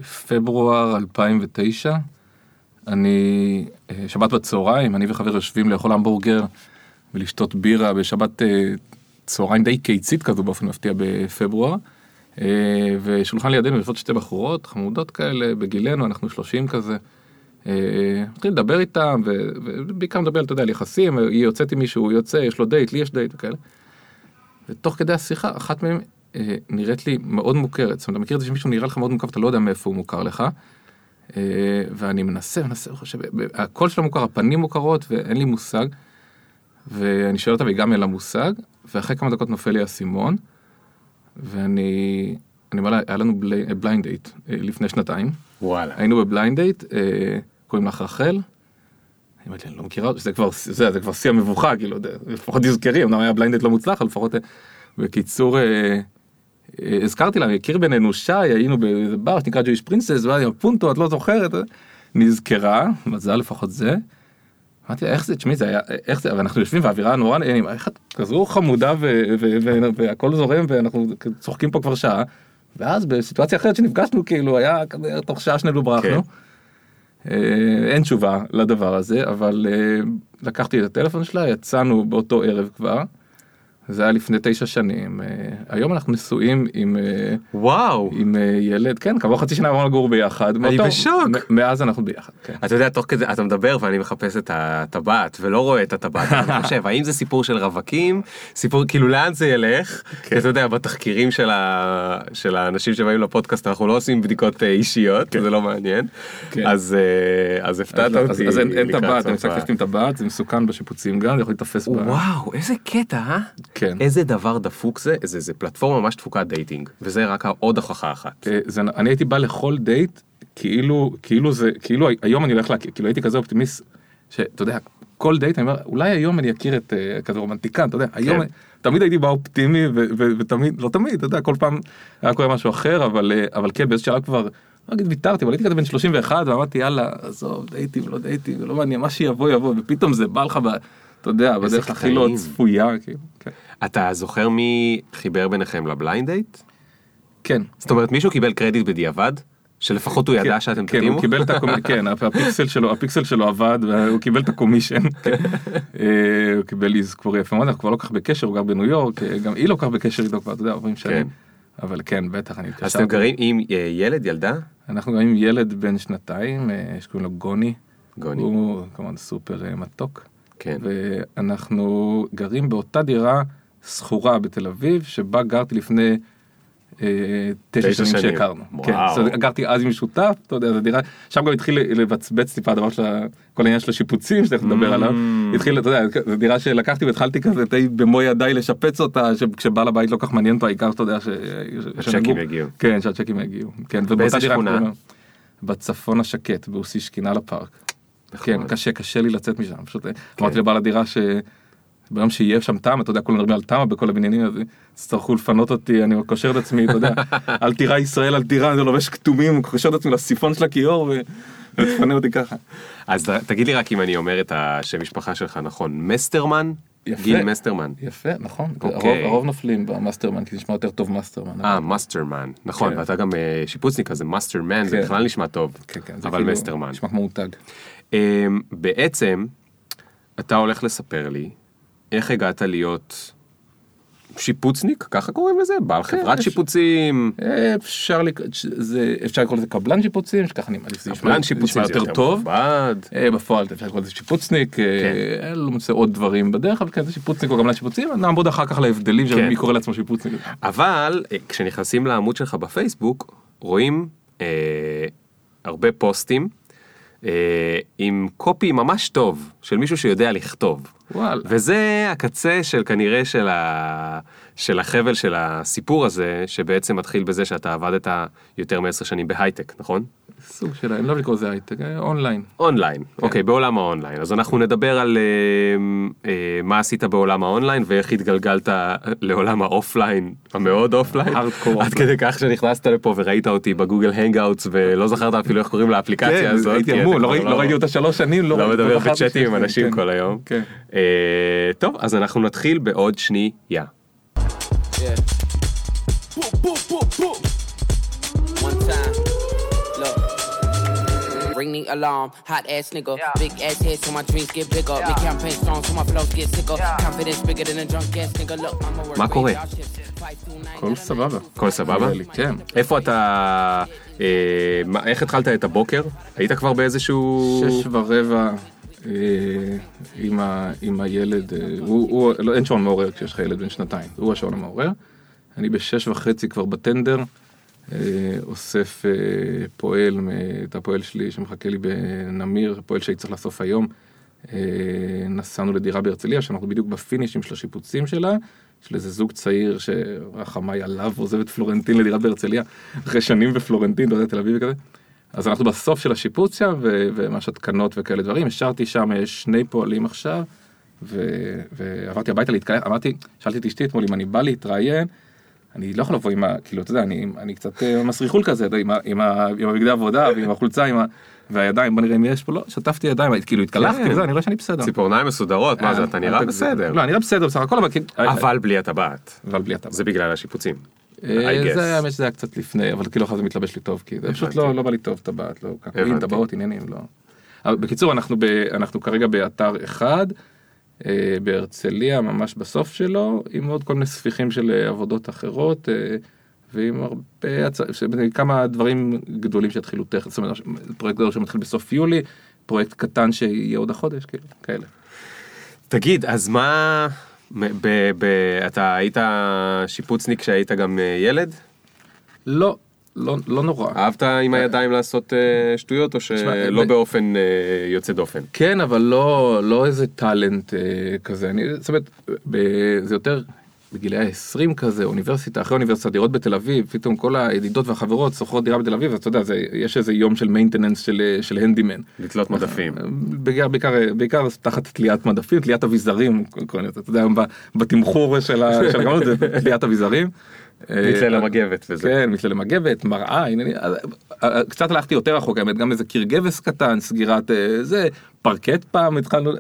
בפברואר 2009, אני, שבת בצהריים, אני וחבר יושבים לאכול המבורגר ולשתות בירה בשבת צהריים די קיצית כזו באופן מפתיע בפברואר, ושולחן לידינו יושבות שתי בחורות, חמודות כאלה, בגילנו, אנחנו 30 כזה, מתחיל לדבר איתם, ובעיקר מדבר, אתה יודע, על יחסים, היא יוצאת עם מישהו, הוא יוצא, יש לו דייט, לי יש דייט וכאלה. ותוך כדי השיחה, אחת מהם נראית לי מאוד מוכרת, זאת אומרת, אתה מכיר את זה שמישהו נראה לך מאוד מוכר, אתה לא יודע מאיפה הוא מוכר לך, ואני מנסה, חושב, הקול שלה מוכר, הפנים מוכרות, ואין לי מושג, ואני שואל אותה, והיא גם אין לה מושג, ואחרי כמה דקות נופל לי האסימון, ואני אומר לה, היה לנו בליינד דייט לפני שנתיים. וואלה. היינו בבליינד דייט, קוראים לך רחל, אני אומרת לי, אני לא מכירה אותה, זה כבר שיא המבוכה, כאילו, לפחות תזכרי, אמנם היה בליינד דייט לא מוצלח, לפחות, בקיצור, הזכרתי לה, הכיר בינינו שי, היינו באיזה בר שנקרא ג'ויש פרינסס, והיה פונטו, את לא זוכרת, נזכרה, מזל לפחות זה, אמרתי, איך זה, תשמעי, זה היה, איך זה, ואנחנו יושבים באווירה נורא, איך את כזו חמודה, והכל זורם, ואנחנו צוחקים פה כבר שעה, ואז בסיטואציה אחרת שנפגשנו, כאילו, היה כזה, תוך שעה שנינו ברחנו, אין תשובה לדבר הזה, אבל לקחתי את הטלפון שלה, יצאנו באותו ערב כבר, זה היה לפני 9 שנים. היום אנחנו נשואים עם... וואו! עם ילד, כן, כעבור חצי שנה עברנו לגור ביחד. אני בשוק! מאז אנחנו ביחד, כן. אתה יודע, תוך כזה, אתה מדבר ואני מחפש את הטבעת, ולא רואה את הטבעת. אני חושב, האם זה סיפור של רווקים? סיפור, כאילו, לאן זה ילך? כי אתה יודע, בתחקירים של האנשים שבאים לפודקאסט, אנחנו לא עושים בדיקות אישיות, זה לא מעניין. אז הפתעת אותי. אז אין טבעת, אני צריך עם טבעת, זה מסוכן בשיפוצים גם, זה יכול להתאפס בה. וואו, איזה קטע, אה? כן. איזה דבר דפוק זה, זה פלטפורמה ממש דפוקה דייטינג, וזה רק עוד הוכחה אחת. אני הייתי בא לכל דייט, כאילו היום אני הולך להכיר, כאילו הייתי כזה אופטימיסט, שאתה יודע, כל דייט אני אומר, אולי היום אני אכיר את כזה רומנטיקן, אתה יודע, היום תמיד הייתי בא אופטימי, ותמיד, לא תמיד, אתה יודע, כל פעם היה קורה משהו אחר, אבל כן, באיזה שעה כבר, לא אגיד ויתרתי, אבל הייתי כזה בן 31, ואמרתי, יאללה, עזוב, דייטים, לא דייטים, ולא מעניין, מה שיבוא, ופתאום זה בא לך אתה יודע, בדרך הכי לא צפויה. אתה זוכר מי חיבר ביניכם לבליינד דייט? כן. זאת אומרת, מישהו קיבל קרדיט בדיעבד? שלפחות הוא ידע שאתם תתאימו? כן, הוא קיבל את הקומישן, כן, הפיקסל שלו עבד, והוא קיבל את הקומישן. הוא קיבל אזכור יפה מאוד, אנחנו כבר לא כך בקשר, הוא גר בניו יורק, גם היא לא כך בקשר איתו כבר, אתה יודע, עוברים שנים. אבל כן, בטח, אני התקשרתי. אז אתם גרים עם ילד, ילדה? אנחנו גרים עם ילד בן 2, שקוראים לו גוני. גוני. הוא כמובן סופר מתוק. כן. ואנחנו גרים באותה דירה סחורה בתל אביב, שבה גרתי לפני 9 שנים שהכרנו. כן, גרתי אז עם שותף, אתה יודע, זו דירה, שם גם התחיל לבצבץ טיפה הדבר של כל העניין של השיפוצים, שתכף נדבר עליו, התחיל, אתה יודע, זו דירה שלקחתי והתחלתי כזה, במו ידיי לשפץ אותה, כשבעל הבית לא כך מעניין אותו, העיקר, אתה יודע, שהצ'קים יגיעו. כן, שהצ'קים יגיעו. באיזה שכונה? בצפון השקט, באוסישקינה לפארק. כן, קשה לי לצאת משם, פשוט אמרתי לבעל הדירה ביום שיהיה שם טעם, אתה יודע, כולם מדברים על טעם בכל הבניינים, אז צריכו לפנות אותי, אני קושר את עצמי, אתה יודע, על טירה ישראל, על טירה, אני לובש כתומים, קושר את עצמי לסיפון של הכיור, ותפנה אותי ככה. אז תגיד לי רק אם אני אומר את השם משפחה שלך נכון, מסטרמן? גיל מסטרמן. יפה, נכון. הרוב נופלים במאסטרמן, כי נשמע יותר טוב מאסטרמן. מאסטרמן, נכון, ואתה גם שיפוצניק, אז מאסטרמן, זה בכלל נשמע טוב, אבל מסטרמן. נשמע כמו מותג. בעצם, אתה הולך לספר לי, איך הגעת להיות שיפוצניק, ככה קוראים לזה? בעל חברת שיפוצים? אפשר לקרוא לזה קבלן שיפוצים, שככה אני מעדיף, זה נשמע יותר טוב. בפועל אפשר לקרוא לזה שיפוצניק, לא מוצא עוד דברים בדרך, אבל כן, זה שיפוצניק או קבלן שיפוצים, נעמוד אחר כך להבדלים של מי קורא לעצמו שיפוצניק. אבל כשנכנסים לעמוד שלך בפייסבוק, רואים הרבה פוסטים, עם קופי ממש טוב, של מישהו שיודע לכתוב. וואלה. וזה הקצה של כנראה של החבל של הסיפור הזה, שבעצם מתחיל בזה שאתה עבדת יותר מ10 שנים בהייטק, נכון? סוג של, אני לא לקרוא זה הייטק, אונליין. אונליין, אוקיי, בעולם האונליין. אז אנחנו נדבר על מה עשית בעולם האונליין, ואיך התגלגלת לעולם האופליין, המאוד אופליין. עד כדי כך שנכנסת לפה וראית אותי בגוגל הנגאוטס, ולא זכרת אפילו איך קוראים לאפליקציה הזאת. הייתי אמור, לא ראיתי אותה 3 שנים. לא מדבר בצ'אטים עם אנשים כל היום. טוב, אז אנחנו נתחיל בעוד שנייה. ring alarm, hot ass nigga. Big ass head so my dreams get bigger. Big campaign strong so my flows get sicker. Confidence bigger than a drunk ass nigga. Look, I'ma work. מה קורה? הכל סבבה. הכל סבבה? כן. איפה אתה... איך התחלת את הבוקר? היית כבר באיזשהו... 6:15 עם הילד, אין שעון מעורר כשיש לך ילד בן 2, הוא השעון המעורר. אני ב6:30 כבר בטנדר, אוסף פועל, את הפועל שלי שמחכה לי בנמיר, פועל שהיא צריך לאסוף היום. נסענו לדירה בהרצליה, שאנחנו בדיוק בפינישים של השיפוצים שלה, של איזה זוג צעיר שרחמי עליו עוזב את פלורנטין לדירה בהרצליה, אחרי שנים בפלורנטין, לא יודע, תל אביב וכזה. אז אנחנו בסוף של השיפוציה, וממש התקנות וכאלה דברים, השארתי שם 2 פועלים עכשיו, ועברתי הביתה להתקלח, שאלתי את אשתי אתמול, אם אני בא להתראיין, אני לא יכול לבוא עם כאילו, אתה יודע, אני קצת מסריחול כזה, עם הבגדי עבודה, ועם החולצה, והידיים, בוא נראה אם יש פה, לא, שטפתי ידיים, כאילו התקלחתי וזה, אני רואה שאני בסדר. ציפורניים מסודרות, מה זה, אתה נראה בסדר. לא, אני נראה בסדר בסך הכל, אבל בלי הטבעת. אבל בלי הטבעת. זה בגלל השיפוצים. זה היה קצת לפני, אבל כאילו אחר זה מתלבש לי טוב, כי זה פשוט לא בא לי טוב טבעת, לא קקוין, טבעות, עניינים, לא. בקיצור, אנחנו כרגע באתר אחד, בהרצליה, ממש בסוף שלו, עם עוד כל מיני ספיחים של עבודות אחרות, ועם הרבה, כמה דברים גדולים שהתחילו תכף, זאת אומרת, פרויקט גדול שמתחיל בסוף יולי, פרויקט קטן שיהיה עוד החודש, כאלה. תגיד, אז מה, אתה היית שיפוצניק שהיית גם ילד? לא נורא. אהבת עם הידיים לעשות שטויות, או שלא באופן יוצא דופן? כן, אבל לא איזה טלנט כזה. זאת אומרת, זה יותר בגילי ה-20 כזה, אוניברסיטה, אחרי אוניברסיטה, דירות בתל אביב, פתאום כל הידידות והחברות שוכרות דירה בתל אביב, אז אתה יודע, יש איזה יום של מיינטננס של הנדימן. לתלות מדפים. בעיקר תחת תליית מדפים, תליית אביזרים, אתה יודע, בתמחור של הגמות, זה תליית אביזרים. מתלה למגבת וזה. כן, מתלה למגבת, מראה, קצת הלכתי יותר רחוק, גם איזה קיר גבס קטן, סגירת זה, פרקט פעם, התחלנו,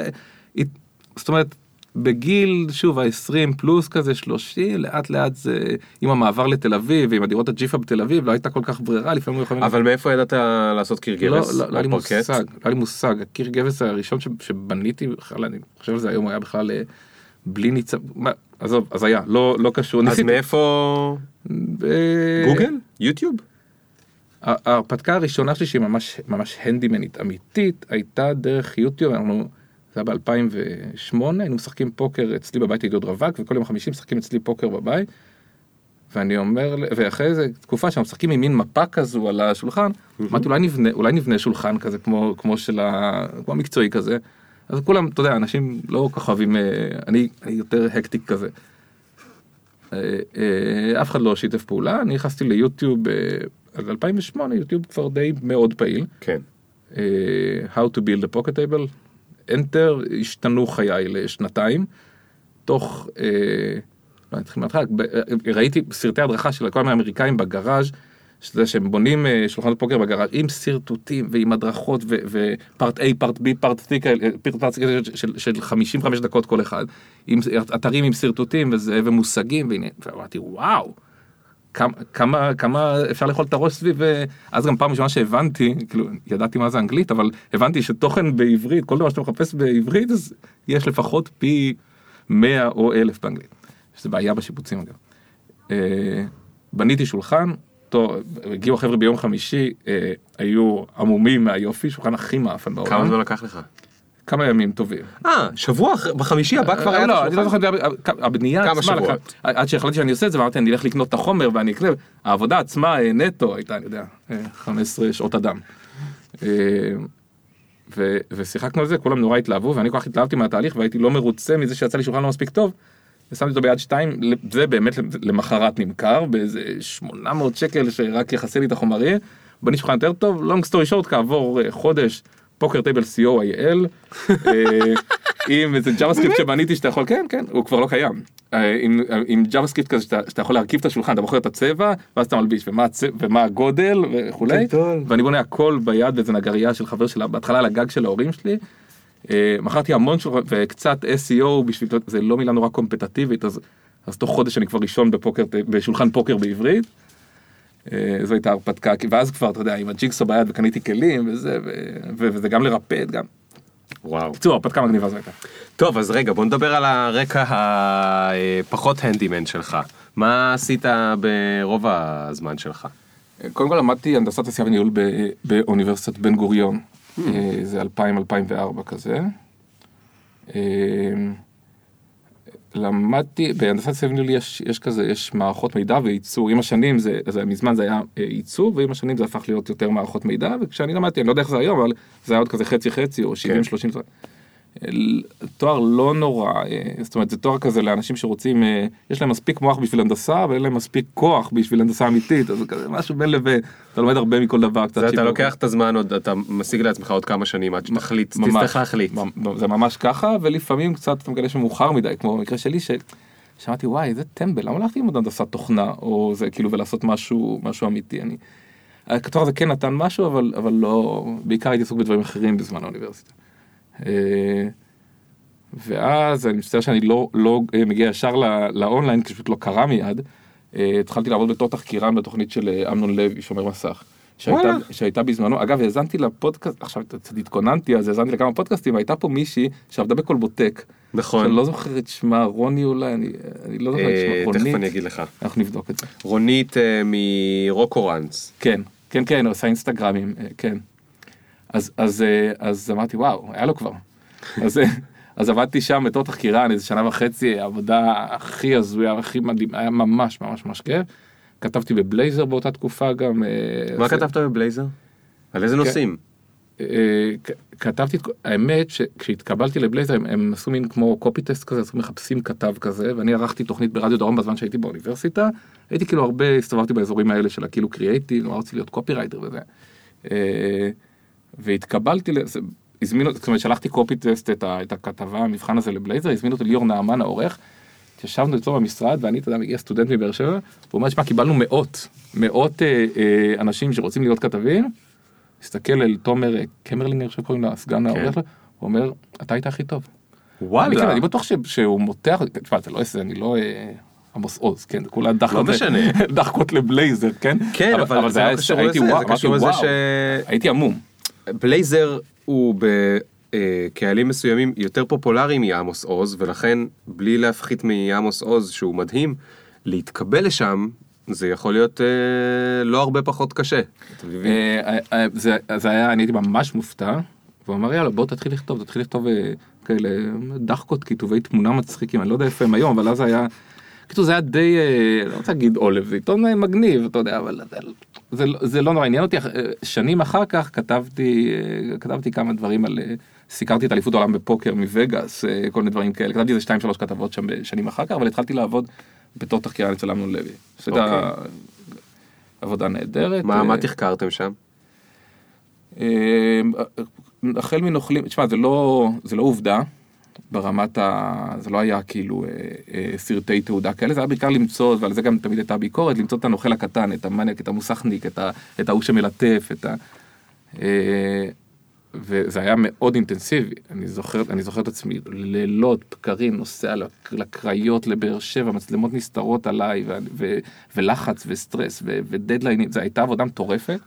זאת אומרת, בגיל, שוב, ה-20 פלוס כזה, 30, לאט לאט זה, עם המעבר לתל אביב, ועם הדירות הג'יפה בתל אביב, לא הייתה כל כך ברירה, לפעמים יכולים... אבל מאיפה ידעת לעשות קיר גבס? לא היה לי מושג, הקיר גבס הראשון שבניתי, אני חושב שזה היום היה בכלל בלי ניצב, עזוב, אז היה, לא קשור. אז מאיפה? גוגל? יוטיוב? ההרפתקה הראשונה שלי, שהיא ממש הנדימנית אמיתית, הייתה דרך יוטיוב, זה היה ב-2008, היינו משחקים פוקר אצלי בבית, הייתי עוד רווק, וכל יום 50 משחקים אצלי פוקר בבית, ואני אומר, ואחרי איזה תקופה שאנחנו משחקים עם מין מפה כזו על השולחן, אמרתי, אולי נבנה שולחן כזה, כמו המקצועי כזה, אז כולם, אתה יודע, אנשים לא כל כך אוהבים, אני יותר הקטיק כזה. אף אחד לא שיתף פעולה, אני נכנסתי ליוטיוב, אז 2008, יוטיוב כבר די מאוד פעיל. כן. How to build a pocket table. Enter, השתנו חיי לשנתיים, תוך, לא נתחיל מהתחלה, ראיתי סרטי הדרכה של כל מיני אמריקאים בגראז' שזה שהם בונים שולחנות פוקר בגראז' עם סרטוטים ועם הדרכות ופארט A, פארט B, פארט C, של 55 דקות כל אחד, עם אתרים עם סרטוטים ומושגים, ואמרתי, וואו, כמה אפשר לאכול את הראש סביב, אז גם פעם ראשונה שהבנתי, כאילו, ידעתי מה זה אנגלית, אבל הבנתי שתוכן בעברית, כל דבר שאתה מחפש בעברית, אז יש לפחות פי 100 או 1000 באנגלית. שזה בעיה בשיפוצים אגב. בניתי שולחן, הגיעו החבר'ה ביום חמישי, היו עמומים מהיופי, שולחן הכי מאפן בעולם. כמה זמן לקח לך? כמה ימים טובים. שבוע בחמישי הבא כבר היה לא, אני לא זוכר, הבנייה עצמה, עד שהחלטתי שאני עושה את זה, ואמרתי, אני אלך לקנות את החומר ואני אקנה, העבודה עצמה נטו הייתה, אני יודע, 15 שעות אדם. ושיחקנו על זה, כולם נורא התלהבו, ואני כל כך התלהבתי מהתהליך, והייתי לא מרוצה מזה שיצא לי שולחן לא מספיק טוב, ושמתי אותו ביד 2, זה באמת למחרת נמכר, באיזה 800 שקל שרק יחסה לי את החומרים, בני שולחן יותר טוב, long story short, כעבור חודש, פוקר טייבל co.il, עם איזה JavaScript שבניתי שאתה יכול, כן, הוא כבר לא קיים, עם JavaScript כזה שאתה יכול להרכיב את השולחן, אתה בוחר את הצבע, ואז אתה מלביש, ומה הגודל וכולי, ואני בונה הכל ביד באיזה נגריה של חבר שלה, בהתחלה על הגג של ההורים שלי, מכרתי המון שולחן, וקצת SEO בשביל, זה לא מילה נורא קומפטטיבית, אז תוך חודש אני כבר ראשון בשולחן פוקר בעברית, זו הייתה הרפתקה, ואז כבר, אתה יודע, עם הג'יקסו ביד וקניתי כלים, וזה גם לרפד, גם. וואו. קצור, הרפתקה מגניבה זו הייתה. טוב, אז רגע, בוא נדבר על הרקע הפחות הנדימן שלך. מה עשית ברוב הזמן שלך? קודם כל למדתי הנדסת תעשייה וניהול באוניברסיטת בן גוריון. זה 2000-2004 כזה. למדתי, בהנדסת תעשייה וניהול יש כזה, יש מערכות מידע וייצור. עם השנים, מזמן זה היה ייצור, ועם השנים זה הפך להיות יותר מערכות מידע, וכשאני למדתי, אני לא יודע איך זה היום, אבל זה היה עוד כזה חצי-חצי, או 70-30. תואר לא נורא, זאת אומרת, זה תואר כזה לאנשים שרוצים, יש להם מספיק מוח בשביל הנדסה, ואין להם מספיק כוח בשביל הנדסה אמיתית, אז זה כזה משהו בין לבין, אתה לומד הרבה מכל דבר. זה אתה לוקח את הזמן, אתה משיג לעצמך עוד כמה שנים, עד שתחליט, תצטרך להחליט. זה ממש ככה, ולפעמים קצת אתה מגלה שמאוחר מדי, כמו במקרה שלי, ששמעתי, וואי, זה טמבל, למה הלכתי עם הנדסת תוכנה, או זה כאילו, ולעשות משהו אמיתי. התואר הזה כן נתן משהו, אבל לא, בעיקר הייתי עסוק בדברים אחרים בזמן האוניברסיטה. ואז אני מצטער שאני לא מגיע ישר לאונליין, כי פשוט לא קרה מיד. התחלתי לעבוד בתור תחקירן בתוכנית של אמנון לוי, שומר מסך, שהייתה בזמנו. אגב, האזנתי לפודקאסט, עכשיו התכוננתי, אז האזנתי לכמה פודקאסטים, והייתה פה מישהי שעבדה בקולבוטק. נכון. שאני לא זוכר את שמה, רוני אולי, אני לא זוכר את שמה, רונית. תכף אני אגיד לך. אנחנו נבדוק את זה. רונית מרוקורנס. כן, עושה אינסטגרמים, כן. אז אמרתי, וואו, היה לו כבר. אז עבדתי שם בתור תחקירן, איזה שנה וחצי, עבודה הכי הזויה, הכי מדהים, היה ממש כיף. כתבתי בבלייזר באותה תקופה גם. מה כתבת בבלייזר? על איזה נושאים? כתבתי, האמת שכשהתקבלתי לבלייזר, הם עשו מין כמו קופי טסט כזה, עשו מחפשים כתב כזה, ואני ערכתי תוכנית ברדיו דרום בזמן שהייתי באוניברסיטה, הייתי כאילו הרבה, הסתובבתי באזורים האלה של כאילו קריאייטיב, נורא רציתי להיות קופי רייטר וזה. והתקבלתי, זאת אומרת, שלחתי קופי טסט את הכתבה, המבחן הזה לבלייזר, הזמינו אותי ליאור נעמן העורך, ישבנו אצלו במשרד, ואני, אתה יודע, מגיע סטודנט מבאר שבע, והוא אומר, שמה, קיבלנו מאות אנשים שרוצים להיות כתבים, הסתכל אל תומר קמרלינגר, שקוראים לה, סגן העורך שלו, הוא אומר, אתה היית הכי טוב. וואלה. אני בטוח שהוא מותח, תשמע, זה לא עושה, אני לא עמוס עוז, כן, כולה דחקות לבלייזר, כן? כן, אבל זה לא קשור לזה, זה קשור לזה הייתי עמום. בלייזר הוא בקהלים מסוימים יותר פופולרי מעמוס עוז, ולכן בלי להפחית מעמוס עוז שהוא מדהים, להתקבל לשם זה יכול להיות לא הרבה פחות קשה. זה היה, אני הייתי ממש מופתע, והוא אמר, יאללה, בוא תתחיל לכתוב כאלה דחקות, כיתובי תמונה מצחיקים, אני לא יודע איפה הם היום, אבל אז היה, כתוב, זה היה די, לא רוצה להגיד עולב, זה עיתון מגניב, אתה יודע, אבל זה לא נורא עניין אותי. שנים אחר כך כתבתי כמה דברים על, סיקרתי את אליפות העולם בפוקר מווגאס, כל מיני דברים כאלה, כתבתי איזה 2-3 כתבות שם בשנים אחר כך, אבל התחלתי לעבוד בתור תחקירן אצל אמנון לוי. זו הייתה עבודה נהדרת. מה תחקרתם שם? החל מנוכלים, תשמע, זה לא עובדה, ברמת זה לא היה כאילו סרטי תעודה כאלה, זה היה בעיקר למצוא, ועל זה גם תמיד הייתה ביקורת, למצוא את הנוכל הקטן, את המניאק, את המוסכניק, את ההוא שמלטף, וזה היה מאוד אינטנסיבי. אני זוכר את עצמי, לילות, בקרים, נוסע לקריות לבאר שבע, מצלמות נסתרות עליי, ולחץ וסטרס ודדליינים, זו הייתה עבודה מטורפת.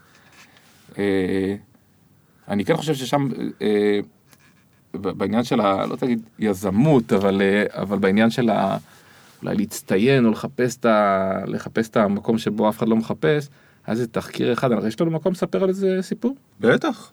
אני כן חושב ששם, בעניין של לא תגיד יזמות, אבל בעניין של אולי להצטיין או לחפש את המקום שבו אף אחד לא מחפש, אז זה תחקיר אחד, יש לנו מקום לספר על איזה סיפור? בטח.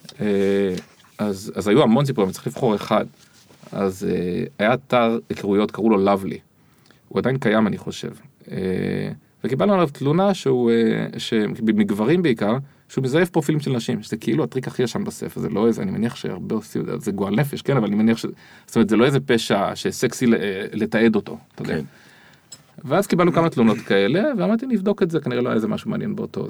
אז היו המון סיפורים, צריך לבחור אחד. אז היה אתר היכרויות, קראו לו Lovely. הוא עדיין קיים, אני חושב. וקיבלנו עליו תלונה מגברים בעיקר, שהוא מזייף פרופילים של נשים, שזה כאילו הטריק הכי ישן בספר, זה לא איזה, אני מניח שהרבה עושים, זה גועל נפש, כן, אבל אני מניח זאת אומרת, זה לא איזה פשע שסקסי לתעד אותו, אתה יודע. ואז קיבלנו כמה תלונות כאלה, ואמרתי, נבדוק את זה, כנראה לא היה איזה משהו מעניין באותו.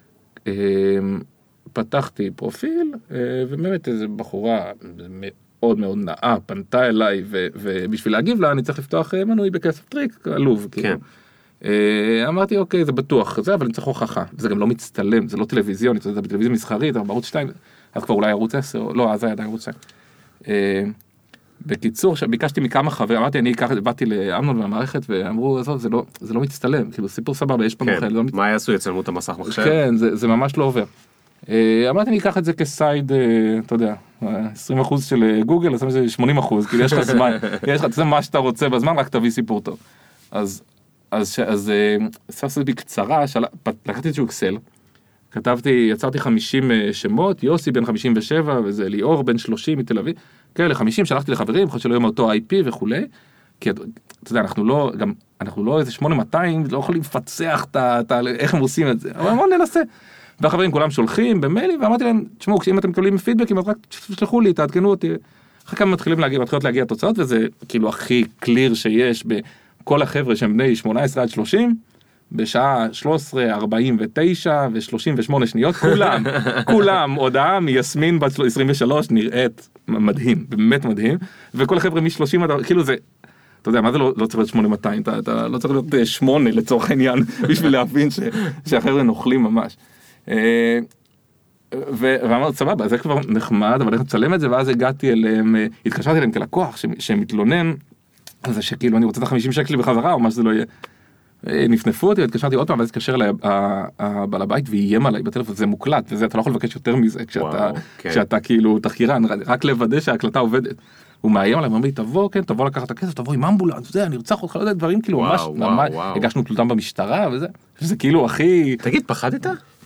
פתחתי פרופיל, ובאמת איזו בחורה מאוד מאוד נאה, פנתה אליי, ובשביל להגיב לה, אני צריך לפתוח מנוי בכסף טריק, עלוב, כאילו. אמרתי, אוקיי, זה בטוח, אבל אני צריך הוכחה, זה גם לא מצטלם, זה לא טלוויזיונית, זה בטלוויזיה מסחרית, אבל בערוץ 2, אז כבר אולי ערוץ 10, לא, אז היה עדיין ערוץ 2. בקיצור, ביקשתי מכמה חברים, אמרתי, אני באתי לאמנון מהמערכת, ואמרו, זה לא מצטלם, כאילו סיפור סבבה, יש פה כן, מה יעשו? יצלמו את המסך מחשב? כן, זה ממש לא עובר. אמרתי, אני אקח את זה כסייד, אתה יודע, 20% של גוגל, אז זה 80%, כאילו יש לך זמן, יש לך, זה מה שאתה רוצה בזמן, רק תביא סיפור טוב. אז עשיתי בקצרה, לקחתי איזשהו אקסל, יצרתי 50 שמות, יוסי בן 57, וזה ליאור בן 30 מתל אביב, כאלה 50, שלחתי לחברים, חושב שלא יהיה מאותו IP וכו', כי אתה יודע, אנחנו לא איזה 8200, לא יכולים לפצח איך הם עושים את זה, אבל בואו ננסה. והחברים כולם שולחים במיילים, ואמרתי להם, תשמעו, אם אתם מקבלים פידבקים, אז רק תשלחו לי, תעדכנו אותי. אחרי כמה מתחילות להגיע התוצאות, וזה כאילו הכי קליר שיש בכל החבר'ה שהם בני 18 עד 30, בשעה 13:49 ו-38 שניות, כולם, הודעה מיסמין בת 23, נראית מדהים, באמת מדהים, וכל החבר'ה מ-30 עד, כאילו זה, אתה יודע, מה זה לא צריך להיות 8200, אתה לא צריך להיות 8 לצורך העניין, בשביל להבין שהחבר'ה נוכלים ממש. ואמרתי, סבבה, זה כבר נחמד, אבל איך נצלם את זה, ואז הגעתי אליהם, התקשרתי אליהם כלקוח, שמתלונן, על זה שכאילו אני רוצה את 50 שקל בחזרה, או מה שזה לא יהיה. נפנפו אותי, והתקשרתי עוד פעם, ואז התקשר אליי הבעל הבית, ואיים עליי בטלפון, זה מוקלט, וזה, אתה לא יכול לבקש יותר מזה, כשאתה כאילו תחקירן, רק לוודא שההקלטה עובדת. הוא מאיים עליי, אומר לי, תבוא לקחת את הכסף, תבוא עם אמבולנס, אני ארצח אותך, לא יודע, דברים כאילו ממש, הגשנו תלותם במשטרה, וזה כאילו הכי... תגיד, פחדת?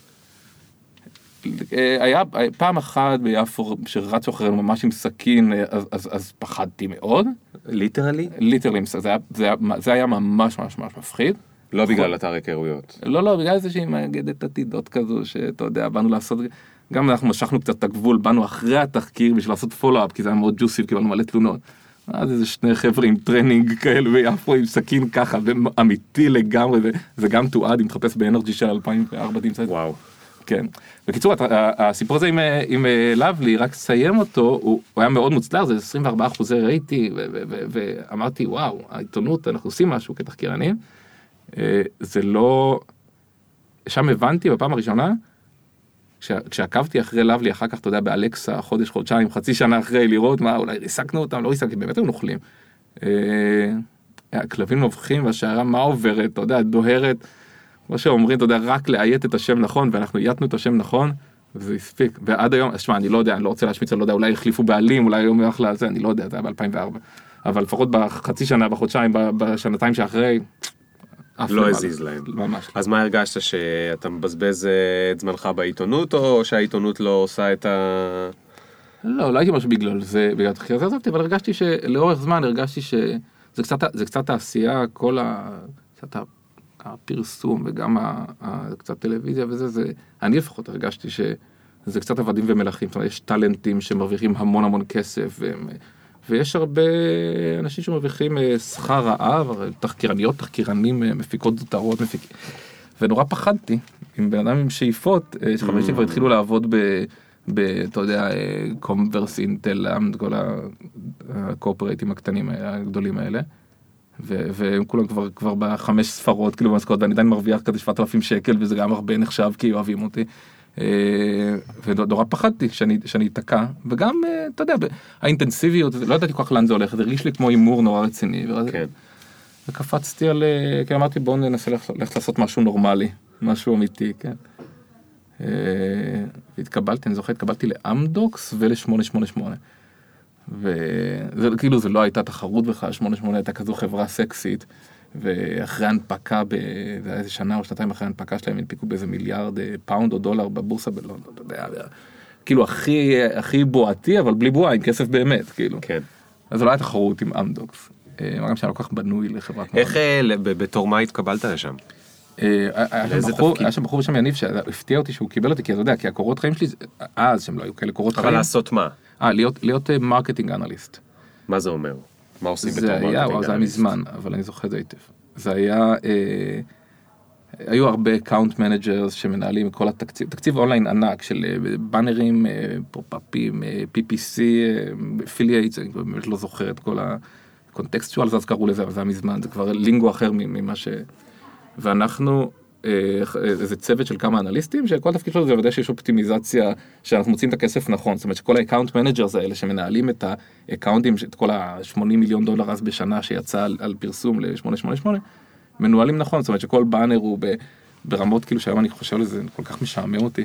היה פעם אחת ביפו שרצו אחרינו ממש עם סכין, אז פחדתי מאוד. ליטרלי? ליטרלי, זה היה ממש ממש ממש מפחיד. לא בגלל אתר היכרויות. לא, בגלל זה שהיא מאגדת עתידות כזו, שאתה יודע, באנו לעשות, גם אנחנו משכנו קצת את הגבול, באנו אחרי התחקיר בשביל לעשות פולו-אפ, כי זה היה מאוד ג'וסי, קיבלנו מלא תלונות. אז איזה שני חבר'ה עם טרנינג כאלה ביפו, עם סכין ככה, אמיתי לגמרי, וזה גם תועד, אם תחפש באנרג'י של 2004, תמצא את זה. וואו. כן. בקיצור, הסיפור הזה עם לבלי, רק סיים אותו, הוא היה מאוד מוצלח, זה 24% רייטי, ואמרתי, וואו, העיתונות, אנחנו עושים משהו כתחקירנים, זה לא... שם הבנתי בפעם הראשונה, כשעקבתי אחרי לבלי, אחר כך, אתה יודע, באלקסה, חודש, חודשיים, חצי שנה אחרי, לראות מה, אולי ריסקנו אותם, לא ריסקנו, באמת הם נוכלים. הכלבים נובחים, והשערה מה עוברת, אתה יודע, דוהרת, כמו שאומרים, אתה יודע, רק להיית את השם נכון, ואנחנו הייתנו את השם נכון, וזה הספיק. ועד היום, שמע, אני לא יודע, אני לא רוצה להשמיץ, אני לא יודע, אולי החליפו בעלים, אולי היום אחלה זה, אני לא יודע, זה היה ב-2004. אבל לפחות בחצי שנה, בחודשיים, בשנתיים שאחרי, לא הזיז להם. ממש. אז מה הרגשת, שאתה מבזבז את זמנך בעיתונות, או שהעיתונות לא עושה את ה... לא הייתי משהו בגלל זה, בגלל תחקיר הזה עזבתי, אבל הרגשתי שלאורך זמן, הרגשתי שזה קצת העשייה, כל הפרסום וגם קצת טלוויזיה וזה, אני לפחות הרגשתי שזה קצת עבדים ומלכים, זאת אומרת, יש טלנטים שמרוויחים המון המון כסף, ויש הרבה אנשים שמרוויחים שכר רעב, תחקירניות, תחקירנים, מפיקות זוטרות, ונורא פחדתי, עם בן אדם עם שאיפות, שחברים שלי כבר התחילו לעבוד אתה יודע, קומברס, אינטל, כל הקורפורייטים הקטנים הגדולים האלה, והם כולם כבר ב5 ספרות, כאילו במשכורת, ואני עדיין מרוויח כזה 7,000 שקל, וזה גם הרבה נחשב, כי אוהבים אותי. ונורא פחדתי שאני אתקע, וגם, אתה יודע, האינטנסיביות, לא ידעתי כל כך לאן זה הולך, זה הרגיש לי כמו אימור נורא רציני, וקפצתי על, כי אמרתי, בואו ננסה ללכת לעשות משהו נורמלי, משהו אמיתי, כן. והתקבלתי, אני זוכר, התקבלתי לאמדוקס ול-888. וכאילו זה לא הייתה תחרות בכלל, 888 הייתה כזו חברה סקסית, ואחרי הנפקה, איזה שנה או שנתיים אחרי הנפקה שלהם, הנפיקו באיזה מיליארד פאונד או דולר בבורסה בלונדון, אתה יודע, כאילו הכי בועתי, אבל בלי בועה, עם כסף באמת, כאילו. כן. אז זה לא היה תחרות עם אמדוקס, מה גם שהיה לא כך בנוי לחברת... איך, בתור מה התקבלת לשם? היה שם בחור בשם יניב שהפתיע אותי שהוא קיבל אותי, כי אתה יודע, כי הקורות חיים שלי, אז שהם לא היו כאלה קורות חיים. אבל לעשות מה? להיות מרקטינג אנליסט. מה זה אומר? מה עושים בתור מרקטינג אנליסט? זה היה מזמן, אבל אני זוכר את זה היטב. זה היה, היו הרבה אקאונט מנג'רס שמנהלים כל התקציב, תקציב אונליין ענק של בנרים, פופ-אפים, PPC, אפילייטס, אני באמת לא זוכר את כל הקונטקסטואל, אז קראו לזה, אבל זה היה מזמן, זה כבר לינגו אחר ממה ש... ואנחנו איזה צוות של כמה אנליסטים, שכל תפקיד שלו זה לוודא שיש אופטימיזציה, שאנחנו מוצאים את הכסף נכון, זאת אומרת שכל האקאונט מנג'רס האלה שמנהלים את האקאונטים, את כל ה-$80 מיליון אז בשנה שיצא על פרסום ל-888, מנוהלים נכון, זאת אומרת שכל באנר הוא ברמות כאילו שהיום אני חושב לזה כל כך משעמם אותי,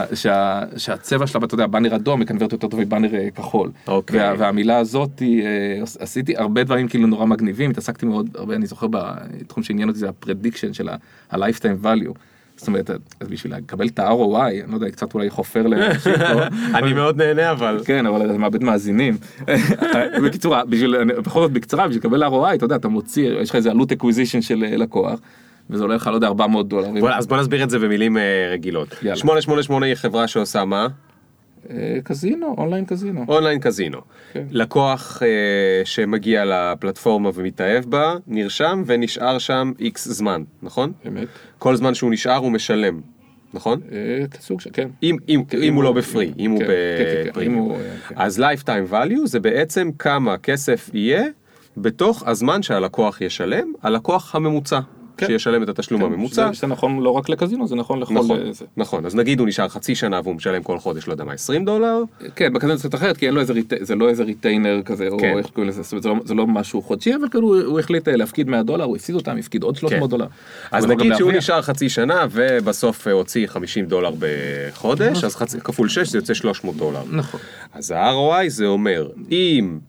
שהצבע שלה, אתה יודע, באנר אדום מקנברט יותר טוב מבאנר כחול. והמילה הזאת, עשיתי הרבה דברים כאילו נורא מגניבים, התעסקתי מאוד הרבה, אני זוכר בתחום שעניין אותי, זה הפרדיקשן של ה-lifetime value. זאת אומרת, אז בשביל לקבל את ה-ROI, אני לא יודע, קצת אולי חופר לאנשים פה. אני מאוד נהנה אבל. כן, אבל זה מאבד מאזינים. בקיצור, בכל זאת בקצרה, בשביל לקבל ROI, אתה יודע, אתה מוציא, יש לך איזה עלות acquisition של לקוח, וזה עולה לך, לא יודע, $400. אז בוא נסביר את זה במילים רגילות. 888 היא חברה שעושה מה? קזינו, אונליין קזינו. אונליין קזינו. לקוח שמגיע לפלטפורמה ומתאהב בה, נרשם ונשאר שם X זמן, נכון? אמת. כל זמן שהוא נשאר הוא משלם, נכון? כסוג שכן. אם הוא לא בפרי, אם הוא בפרי. אז lifetime value זה בעצם כמה כסף יהיה בתוך הזמן שהלקוח ישלם, הלקוח הממוצע. שישלם את התשלום הממוצע. זה נכון לא רק לקזינו, זה נכון לכל זה. נכון, אז נגיד הוא נשאר חצי שנה והוא משלם כל חודש, לא יודע מה, $20? כן, בקזינו זה קצת אחרת, כי זה לא איזה ריטיינר כזה, או איך קוראים לזה, זה לא משהו חודשי, אבל כאילו הוא החליט להפקיד $100, הוא הפסיד אותם, הפקיד עוד $300. אז נגיד שהוא נשאר חצי שנה, ובסוף הוציא $50 בחודש, אז כפול 6 זה יוצא $300. נכון. אז ה-ROI זה אומר, אם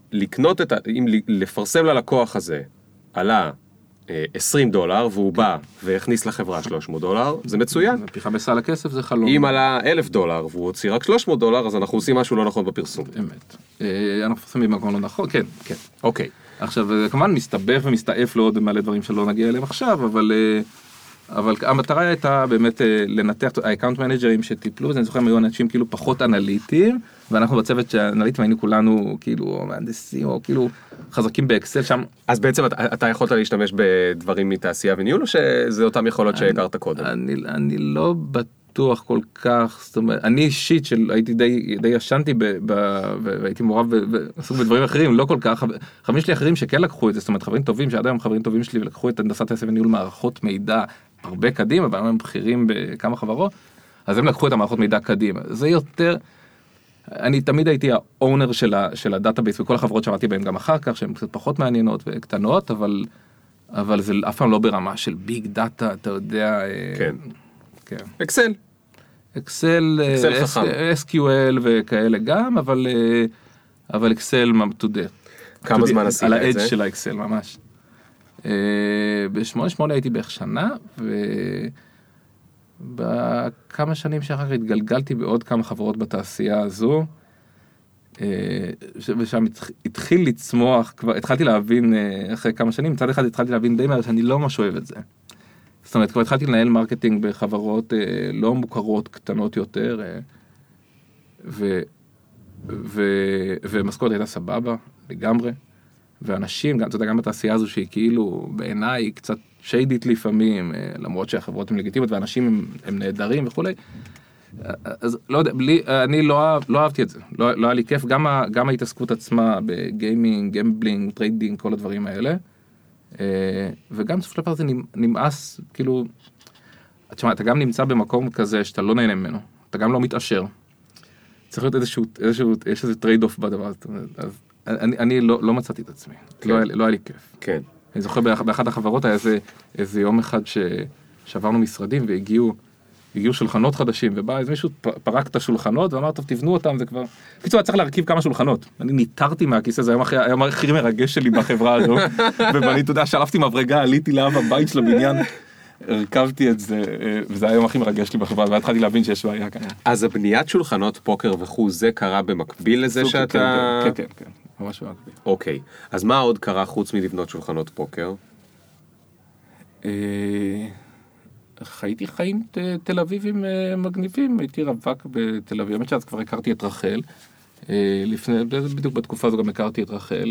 לפרסם ללקוח הזה, עלה $20 והוא בא והכניס לחברה $300, זה מצוין. פיחה בסל הכסף זה חלום. אם עלה $1,000 והוא הוציא רק $300, אז אנחנו עושים משהו לא נכון בפרסום. אמת. אנחנו מפרסמים במקום לא נכון, כן, כן. אוקיי. עכשיו, כמובן מסתבך ומסתעף לו עוד מלא דברים שלא נגיע אליהם עכשיו, אבל המטרה הייתה באמת לנתח, האקאונט מנג'רים שטיפלו, אני זוכר, היו אנשים כאילו פחות אנליטיים, ואנחנו בצוות שהאנליטים היינו כולנו כאילו מהנדסים, או כאילו חזקים באקסל שם. אז בעצם אתה יכולת להשתמש בדברים מתעשייה וניהול, או שזה אותם יכולות שהכרת קודם? אני לא בטוח כל כך, זאת אומרת, אני אישית שהייתי די ישנתי, והייתי מעורב בדברים אחרים, לא כל כך, חברים שלי אחרים שכן לקחו את זה, זאת אומרת, חברים טובים, שעד היום חברים טובים שלי, ולקחו את הנדסת תעשייה וניהול מערכות מידע הרבה קדימה, אבל הם בכירים בכמה חברות, אז הם לקחו את המערכות מידע קדימה. זה יותר, אני תמיד הייתי האונר של הדאטאבייס, וכל החברות שעבדתי בהן גם אחר כך, שהן קצת פחות מעניינות וקטנות, אבל זה אף פעם לא ברמה של ביג דאטה, אתה יודע. כן. כן. אקסל. אקסל חכם. SQL וכאלה גם, אבל אקסל to death. כמה זמן עשית את זה? על האדג' של האקסל ממש. ב-8 הייתי בערך שנה, ובכמה שנים שאחר כך התגלגלתי בעוד כמה חברות בתעשייה הזו, ושם התחיל לצמוח, כבר התחלתי להבין אחרי כמה שנים, מצד אחד התחלתי להבין די מהר שאני לא ממש אוהב את זה. זאת אומרת, כבר התחלתי לנהל מרקטינג בחברות לא מוכרות, קטנות יותר, ומשכורת הייתה סבבה, לגמרי. ואנשים, אתה יודע, גם בתעשייה הזו שהיא כאילו בעיניי קצת שיידית לפעמים, למרות שהחברות הן לגיטימיות ואנשים הם נהדרים וכולי. אז לא יודע, אני לא אהבתי את זה, לא היה לי כיף, גם ההתעסקות עצמה בגיימינג, גמבלינג, טריידינג, כל הדברים האלה. וגם סוף לפעמים זה נמאס, כאילו, תשמע, אתה גם נמצא במקום כזה שאתה לא נהנה ממנו, אתה גם לא מתעשר. צריך להיות יש איזה טרייד אוף בדבר הזה, אז אני לא מצאתי את עצמי, לא היה לי כיף. כן. אני זוכר באחת החברות היה איזה יום אחד שעברנו משרדים והגיעו שולחנות חדשים, ובא איזה מישהו פרק את השולחנות ואמר, טוב, תבנו אותם, זה כבר... קיצור, צריך להרכיב כמה שולחנות. אני ניתרתי מהכיסא, זה היום הכי מרגש שלי בחברה הזו, ואני, אתה יודע, שלפתי מברגה, עליתי לאב הבית של הבניין, הרכבתי את זה, וזה היום הכי מרגש לי בחברה, והתחלתי להבין שיש בעיה כאן. אז הבניית שולחנות פוקר וכו', זה קרה במקביל לזה שאתה... כן, ממש במקביל. אוקיי, אז מה עוד קרה חוץ מלבנות שולחנות פוקר? חייתי חיים תל אביבים מגניבים, הייתי רווק בתל אביב, האמת שאז כבר הכרתי את רחל, בדיוק בתקופה הזו גם הכרתי את רחל,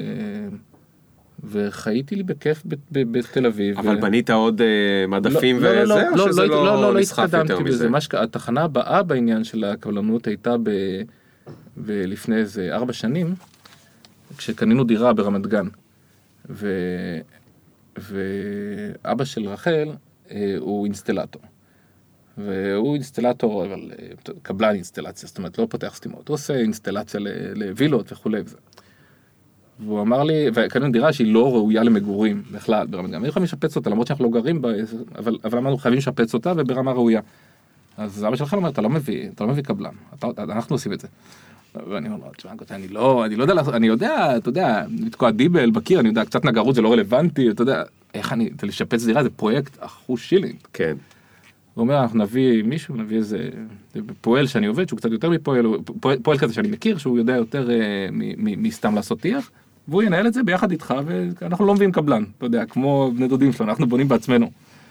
וחייתי לי בכיף בתל אביב. אבל בנית עוד מדפים וזה, או שזה לא נסחף יותר מזה? התחנה הבאה בעניין של הקבלנות הייתה לפני איזה 4 שנים, כשקנינו דירה ברמת גן, ואבא של רחל, הוא אינסטלטור. והוא אינסטלטור, אבל קבלן אינסטלציה, זאת אומרת, לא פותח סתימות. הוא עושה אינסטלציה לווילות וכו' וזה. והוא אמר לי, וכאן דירה שהיא לא ראויה למגורים בכלל, ברמת גן. אני יכולים לשפץ אותה, למרות שאנחנו לא גרים בה, אבל אמרנו, חייבים לשפץ אותה וברמה ראויה. אז אבא שלך אומר, אתה לא מביא קבלן, אנחנו עושים את זה. ואני אומר, אני לא יודע, אני יודע, אתה יודע, לתקוע דיבל בקיר, אני יודע, קצת נגרות זה לא רלוונטי, אתה יודע, איך אני, לשפץ דירה, זה פרויקט אחוז שילינג. כן. הוא אומר, אנחנו נביא מישהו, נביא איזה פועל שאני עובד, שהוא קצת יותר מפועל, פועל כזה שאני מכיר, שהוא יודע יותר מסתם לעשות טיח, והוא ינהל את זה ביחד איתך, ואנחנו לא מביאים קבלן, אתה יודע, כמו בני דודים שלנו, אנחנו בונים בעצמנו.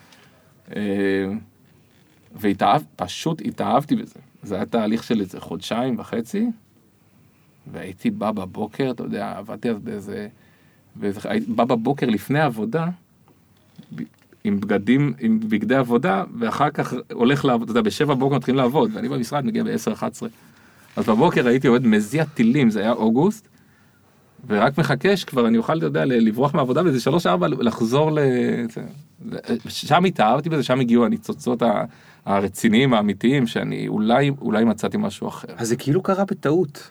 פשוט התאהבתי בזה. זה היה תהליך של איזה חודשיים וחצי, והייתי בא בבוקר, אתה יודע, עבדתי אז בא בבוקר לפני העבודה, עם בגדים, עם בגדי עבודה, ואחר כך הולך לעבוד, אתה יודע, ב7 בוקר מתחילים לעבוד, ואני במשרד מגיע ב10-11. אז בבוקר הייתי עובד מזיע טילים, זה היה אוגוסט, ורק מחכש כבר, אני אוכל, אתה יודע, לברוח מהעבודה, וזה 3-4 לחזור שם התאהבתי בזה, שם הגיעו הניצוצות הרציניים, האמיתיים, שאני אולי מצאתי משהו אחר. אז זה כאילו קרה בטעות.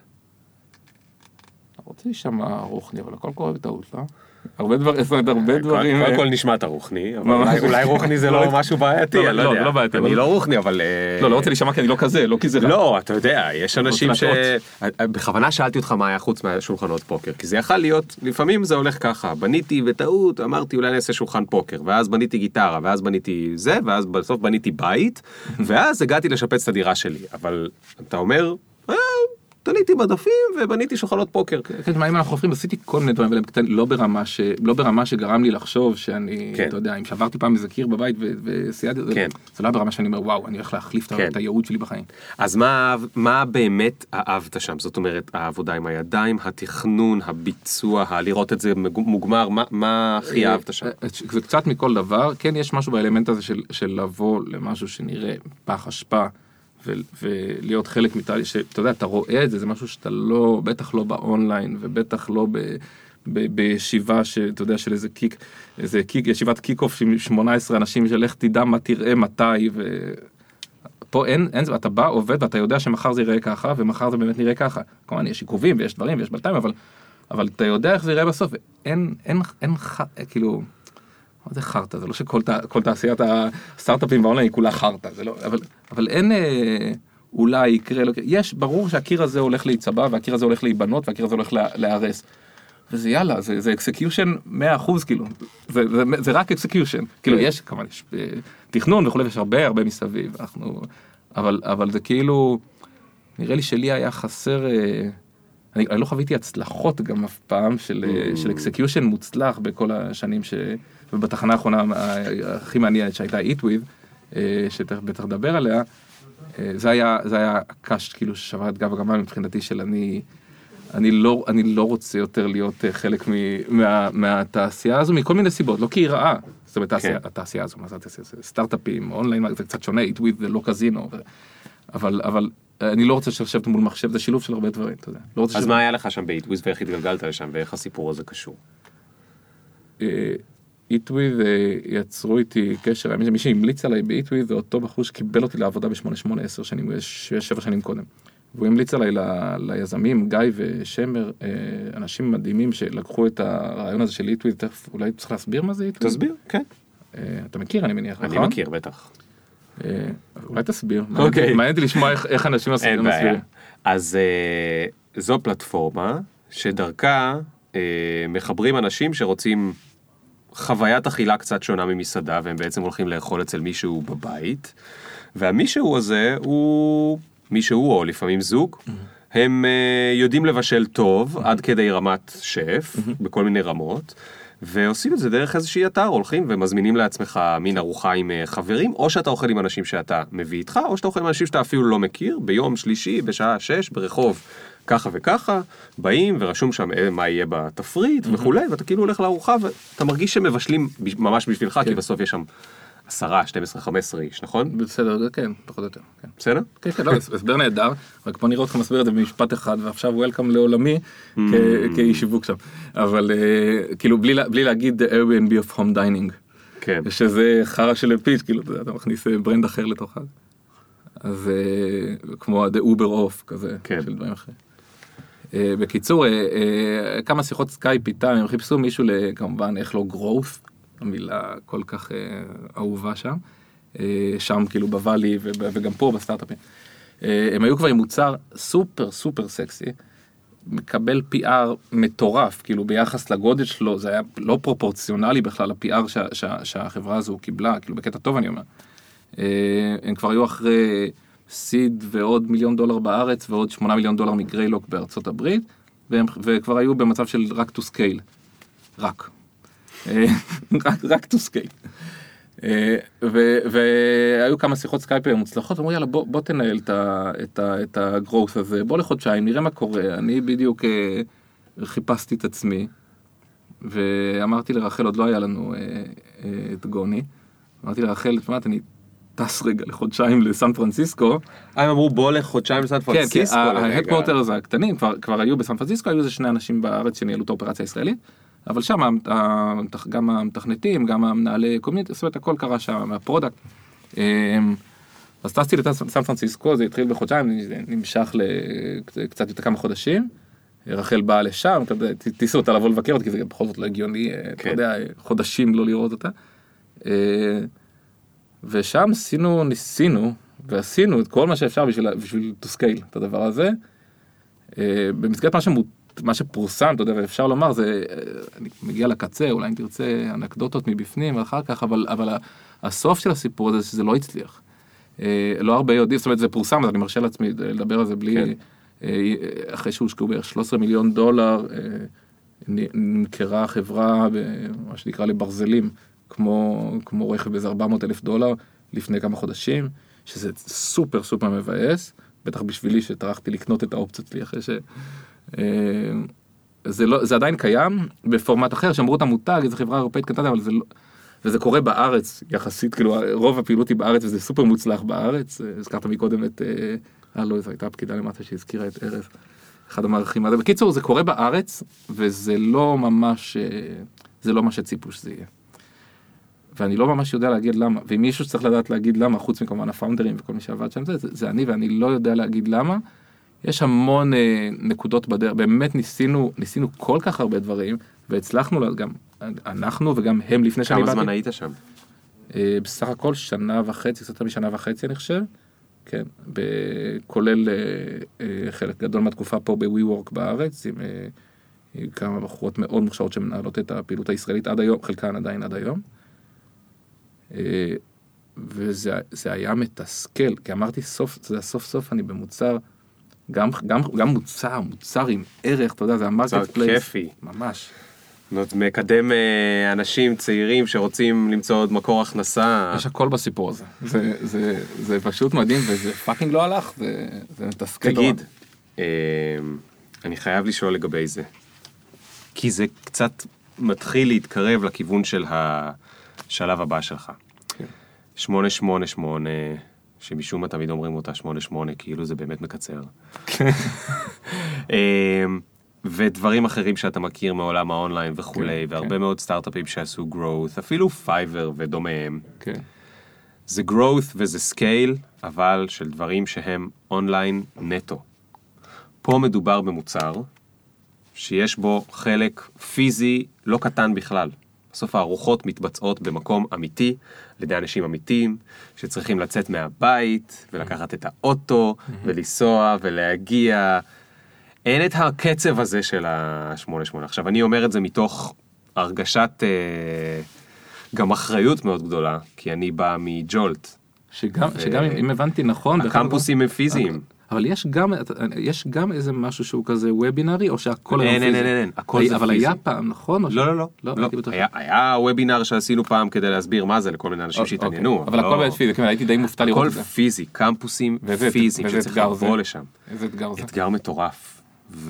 רוצה להישמע רוחני, אבל הכל קורה בטעות, לא? הרבה דברים... קודם כל נשמעת רוחני, אבל אולי רוחני זה לא משהו בעייתי, אני לא יודע. לא בעייתי. אני לא רוחני, אבל... לא רוצה להישמע כי אני לא כזה, לא כי זה רע. לא, אתה יודע, יש אנשים ש... בכוונה שאלתי אותך מה היה חוץ מהשולחנות פוקר, כי זה יכול להיות, לפעמים זה הולך ככה, בניתי בטעות, אמרתי אולי נעשה שולחן פוקר, ואז בניתי גיטרה, ואז בניתי זה, ואז בסוף בניתי בית, ואז הגעתי לשפץ את הדירה שלי, אבל אתה אומר... תליתי מדפים ובניתי שולחנות פוקר. כן, מה אם אנחנו חופרים, עשיתי כל מיני דברים, לא ברמה שגרם לי לחשוב שאני, אתה יודע, אם שברתי פעם איזה קיר בבית וסייעתי, זה לא ברמה שאני אומר, וואו, אני הולך להחליף את הייעוד שלי בחיים. אז מה באמת אהבת שם? זאת אומרת, העבודה עם הידיים, התכנון, הביצוע, לראות את זה מוגמר, מה הכי אהבת שם? זה קצת מכל דבר, כן, יש משהו באלמנט הזה של לבוא למשהו שנראה פח אשפה, ולהיות חלק מתהליך, שאתה יודע, אתה רואה את זה, זה משהו שאתה לא, בטח לא באונליין, ובטח לא בישיבה, שאתה יודע, של איזה קיק, ישיבת קיק-אוף עם 18 אנשים, של איך תדע מה תראה מתי, ופה אין, אתה בא, עובד, ואתה יודע שמחר זה יראה ככה, ומחר זה באמת נראה ככה. כמובן, יש עיכובים, ויש דברים, ויש בלתיים, אבל אתה יודע איך זה יראה בסוף, אין, כאילו, זה חרטה, זה לא שכל תעשיית הסטארט-אפים באונליין היא כולה חרטה, זה לא, אבל אין, אולי יקרה, יש, ברור שהקיר הזה הולך להיצבע, והקיר הזה הולך להיבנות, והקיר הזה הולך להרס. וזה יאללה, זה אקסקיושן 100%, כאילו, זה רק אקסקיושן. כאילו, יש, כמובן, יש תכנון וכו', יש הרבה מסביב, אבל זה כאילו, נראה לי שלי היה חסר, אני לא חוויתי הצלחות גם אף פעם של אקסקיושן מוצלח בכל השנים ובתחנה האחרונה הכי מעניינת שהייתה Eat With, שתכף בטח לדבר עליה, זה היה הקש כאילו ששבר את גב הגמל מבחינתי של אני לא רוצה יותר להיות חלק מהתעשייה הזו, מכל מיני סיבות, לא כי היא רעה, זאת אומרת התעשייה הזו, מה זה התעשייה? סטארט-אפים, אונליין, זה קצת שונה, Eat With זה לא קזינו, אבל אני לא רוצה לשבת מול מחשב, זה שילוב של הרבה דברים, אתה יודע. אז מה היה לך שם ב-Eat With ואיך התגלגלת לשם, ואיך הסיפור הזה קשור? Eat With יצרו איתי קשר, מי שהמליץ עליי ב-Eat With זה אותו בחור שקיבל אותי לעבודה ב-8-10 שנים, 7 שנים קודם. והוא המליץ עליי ליזמים, גיא ושמר, אנשים מדהימים שלקחו את הרעיון הזה של Eat With, תכף אולי צריך להסביר מה זה Eat With? תסביר, כן. אתה מכיר, אני מניח, אני מכיר, בטח. אולי תסביר. מעניין אותי לשמוע איך אנשים מסבירים. אז זו פלטפורמה שדרכה מחברים אנשים שרוצים חוויית אכילה קצת שונה ממסעדה, והם בעצם הולכים לאכול אצל מישהו בבית, והמישהו הזה הוא מישהו או לפעמים זוג, הם יודעים לבשל טוב עד כדי רמת שף, בכל מיני רמות, ועושים את זה דרך איזושהי אתר, הולכים ומזמינים לעצמך מין ארוחה עם חברים, או שאתה אוכל עם אנשים שאתה מביא איתך, או שאתה אוכל עם אנשים שאתה אפילו לא מכיר, ביום שלישי, בשעה 6, ברחוב ככה וככה, באים ורשום שם מה יהיה בתפריט וכולי, ואתה כאילו הולך לארוחה, ואתה מרגיש שמבשלים ממש בשבילך, כי בסוף יש שם 10, 12, 15 איש, נכון? בסדר, כן, פחות או יותר. בסדר? כן, כן, לא, הסבר נהדר, רק פה נראה אותך מסביר את זה במשפט אחד, ועכשיו וולקאם לעולמי, כאיש שיווק שם. אבל כאילו, בלי להגיד Airbnb of home dining. כן. שזה חרא של פיץ', כאילו, אתה מכניס ברנד אחר לתוכה. אז כמו The Uber Off, כזה, כן. של דברים אחרים. בקיצור, כמה שיחות סקייפ איתם, הם חיפשו מישהו כמובן איך לא growth, המילה כל כך אהובה שם, שם כאילו בוואלי וגם פה בסטארט-אפים. הם היו כבר עם מוצר סופר סופר סקסי, מקבל PR מטורף, כאילו ביחס לגודל שלו, זה היה לא פרופורציונלי בכלל, ה-PR שהחברה הזו קיבלה, כאילו בקטע טוב אני אומר. הם כבר היו אחרי סיד ועוד $1 מיליון בארץ, ועוד $8 מיליון מגריילוק בארצות הברית, וכבר היו במצב של רק to scale. רק to scale. והיו כמה שיחות סקייפ מוצלחות, ואמרו יאללה בוא תנהל את הגרוס הזה, בוא לחודשיים, נראה מה קורה. אני בדיוק חיפשתי את עצמי, ואמרתי לרחל, עוד לא היה לנו את גוני, אמרתי לרחל, תשמעת, אני טס רגע לחודשיים לסן פרנסיסקו. הם אמרו בוא לחודשיים לסן פרנסיסקו. כן, כי ההדקוורטרס הקטנים כבר היו בסן פרנסיסקו, היו איזה 2 אנשים בארץ שניהלו את האופרציה הישראלית, אבל שם גם המתכנתים, גם המנהלי קומיוניטי, זאת אומרת, הכל קרה שם, מהפרודקט. אז טסתי לסן פרנסיסקו, זה התחיל בחודשיים, נמשך קצת יותר כמה חודשים, רחל באה לשם, טיסו אותה לבוא לבקר אותה, כי זה בכל זאת לא הגיוני, אתה יודע, חודשים לא לראות אותה. ושם ניסינו, ועשינו את כל מה שאפשר בשביל to scale את הדבר הזה. במסגרת מה שפורסם, אתה יודע, ואפשר לומר, זה, אני מגיע לקצה, אולי אם תרצה אנקדוטות מבפנים ואחר כך, אבל הסוף של הסיפור הזה, שזה לא הצליח. לא הרבה יודעים, זאת אומרת, זה פורסם, אז אני מרשה לעצמי לדבר על זה בלי, אחרי שהושקעו בערך $13 מיליון, נמכרה חברה, מה שנקרא לברזלים, כמו רכב באיזה $400,000 לפני כמה חודשים, שזה סופר סופר מבאס, בטח בשבילי שטרחתי לקנות את האופציות לי אחרי זה עדיין קיים בפורמט אחר, שמרו את המותג, איזו חברה אירופאית קטנה, אבל זה לא, וזה קורה בארץ יחסית, כאילו רוב הפעילות היא בארץ וזה סופר מוצלח בארץ. הזכרת מקודם את, לא, זו הייתה הפקידה למטה שהזכירה את ארז, אחד המערכים הזה. בקיצור, זה קורה בארץ, וזה לא ממש, זה לא מה שציפו שזה יהיה. ואני לא ממש יודע להגיד למה, ואם מישהו שצריך לדעת להגיד למה, חוץ מכמובן הפאונדרים וכל מי שעבד שם, זה אני, ואני לא יודע להגיד למה. יש המון נקודות בדרך, באמת ניסינו כל כך הרבה דברים, והצלחנו גם אנחנו וגם הם לפני שאני באתי. כמה זמן היית שם? בסך הכל 1.5 שנה, קצת מ1.5 שנה אני חושב, כן, כולל חלק גדול מהתקופה פה ב-WeWork בארץ, עם כמה בחורות מאוד מוכשרות שמנהלות את הפעילות הישראלית עד היום, חלקן עדיין עד היום. וזה היה מתסכל, כי אמרתי סוף סוף אני במוצר, גם מוצר עם ערך, אתה יודע, זה המרקט פלייס. מוצר כיפי. ממש. מקדם אנשים צעירים שרוצים למצוא עוד מקור הכנסה. יש הכל בסיפור הזה. זה פשוט מדהים, וזה פאקינג לא הלך, זה מתסכל. תגיד, אני חייב לשאול לגבי זה. כי זה קצת מתחיל להתקרב לכיוון של השלב הבא שלך. 888, שמשום מה תמיד אומרים אותה 88, כאילו זה באמת מקצר. ודברים אחרים שאתה מכיר מעולם האונליין וכולי, והרבה מאוד סטארט-אפים שעשו growth, אפילו פייבר ודומיהם. זה growth וזה scale, אבל של דברים שהם אונליין נטו. פה מדובר במוצר שיש בו חלק פיזי לא קטן בכלל. בסוף הארוחות מתבצעות במקום אמיתי, על ידי אנשים אמיתיים, שצריכים לצאת מהבית, ולקחת את האוטו, ולנסוע, ולהגיע. אין את הקצב הזה של ה-8-8. עכשיו, אני אומר את זה מתוך הרגשת גם אחריות מאוד גדולה, כי אני בא מג'ולט. שגם אם הבנתי נכון, הקמפוסים הם פיזיים. אבל יש גם איזה משהו שהוא כזה וובינרי, או שהכל אין, הכל זה פיזי. אבל היה פעם, נכון? לא. היה וובינר שעשינו פעם כדי להסביר מה זה לכל מיני אנשים שהתעניינו. אבל הכל היה פיזי, הייתי די מופתע לראות את זה. הכל פיזי, קמפוסים פיזיים שצריך לבוא לשם. איזה אתגר זה. אתגר מטורף.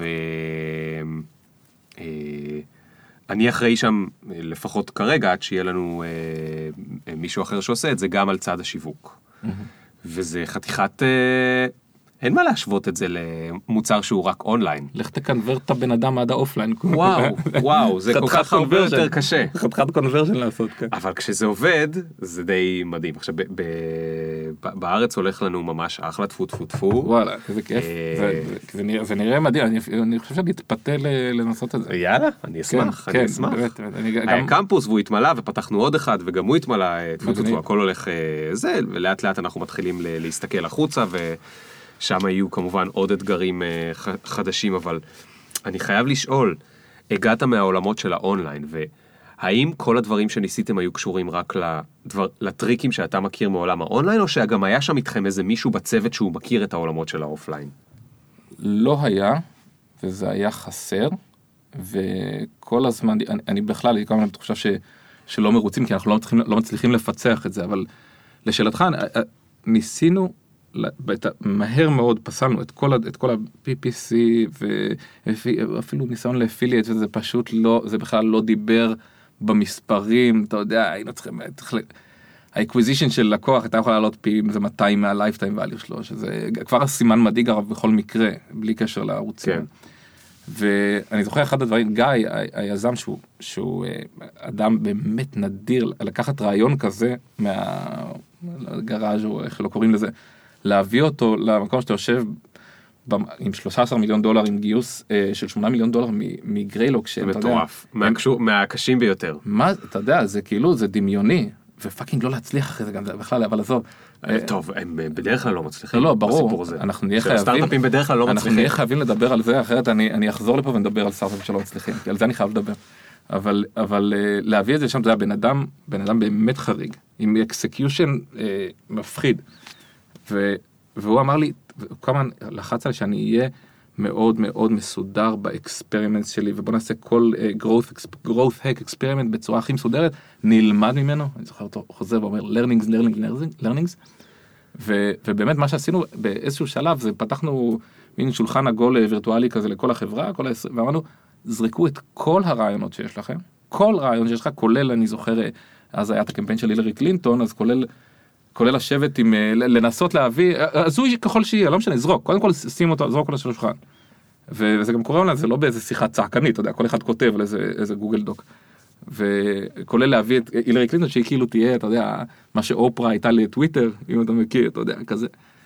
אני אחראי שם, לפחות כרגע, עד שיהיה לנו מישהו אחר שעושה את זה, גם על צד השיווק. וזה חתיכת אין מה להשוות את זה למוצר שהוא רק אונליין. לך תקנברט את הבן אדם עד האופליין. וואו, זה כל כך הרבה יותר קשה. חתיכת קונברז'ן לעשות, כן. אבל כשזה עובד, זה די מדהים. עכשיו, בארץ הולך לנו ממש אחלה, טפו. וואלה, איזה כיף. זה נראה מדהים, אני חושב שאני אתפתה לנסות את זה. יאללה, אני אשמח, אני אשמח. היה קמפוס והוא התמלא, ופתחנו עוד אחד, וגם הוא התמלא, טפו, הכל הולך זה, ולאט לאט אנחנו מתחילים להסתכל החוצה, ושם יהיו כמובן עוד אתגרים חדשים, אבל אני חייב לשאול, הגעת מהעולמות של האונליין, והאם כל הדברים שניסיתם היו קשורים רק לטריקים שאתה מכיר מעולם האונליין, או שגם היה שם איתכם איזה מישהו בצוות שהוא מכיר את העולמות של האופליין? לא היה, וזה היה חסר, וכל הזמן, אני בכלל, אני כמובן בתחושה שלא מרוצים, כי אנחנו לא מצליחים לפצח את זה, אבל לשאלתך, ניסינו, מהר מאוד פסלנו את כל ה-PPC, ואפילו ניסיון לאפילייט, וזה פשוט לא, זה בכלל לא דיבר במספרים, אתה יודע, היינו צריכים, האקוויזישן של לקוח, אתה יכול לעלות פי, זה 200 מהלייפטיים ואליו שלו, שזה כבר סימן מדאיג הרב בכל מקרה, בלי קשר לערוצים. כן. ואני זוכר אחד הדברים, גיא, היזם שהוא אדם באמת נדיר, לקחת רעיון כזה מהגראז' או איך לא קוראים לזה, להביא אותו למקום שאתה יושב עם $13 מיליון, עם גיוס של $8 מיליון מגריילוק. מטורף, מהקשים ביותר. מה, אתה יודע, זה כאילו, זה דמיוני, ופאקינג לא להצליח אחרי זה גם, בכלל, אבל עזוב. טוב, הם בדרך כלל לא מצליחים. לא, ברור, אנחנו נהיה חייבים. סטארט-אפים בדרך כלל לא מצליחים. אנחנו נהיה חייבים לדבר על זה, אחרת אני אחזור לפה ונדבר על סטארט-אפים שלא מצליחים, כי על זה אני חייב לדבר. אבל להביא את זה שם, זה היה בן אדם באמת חריג, עם אקסקיושן מפחיד. והוא אמר לי, כמה לחץ עלי שאני אהיה מאוד מאוד מסודר באקספרימנט שלי, ובוא נעשה כל growth hack experiment בצורה הכי מסודרת, נלמד ממנו, אני זוכר אותו חוזר ואומר learnings, ובאמת מה שעשינו באיזשהו שלב, זה פתחנו מין שולחן עגול וירטואלי כזה לכל החברה, ואמרנו, זרקו את כל הרעיונות שיש לכם, כל רעיון שיש לך, כולל, אני זוכר, אז היה את הקמפיין של הילרי קלינטון, אז כולל לשבת עם, לנסות להביא, הזוי ככל שיהיה, לא משנה, זרוק, קודם כל שים אותו, זרוק על השולחן. וזה גם קורה לנו, זה לא באיזה שיחה צעקנית, אתה יודע, כל אחד כותב על איזה גוגל דוק. וכולל להביא את הילרי קלינטון, שהיא כאילו תהיה, אתה יודע, מה שאופרה הייתה לטוויטר, אם אתה מכיר, אתה יודע, כזה.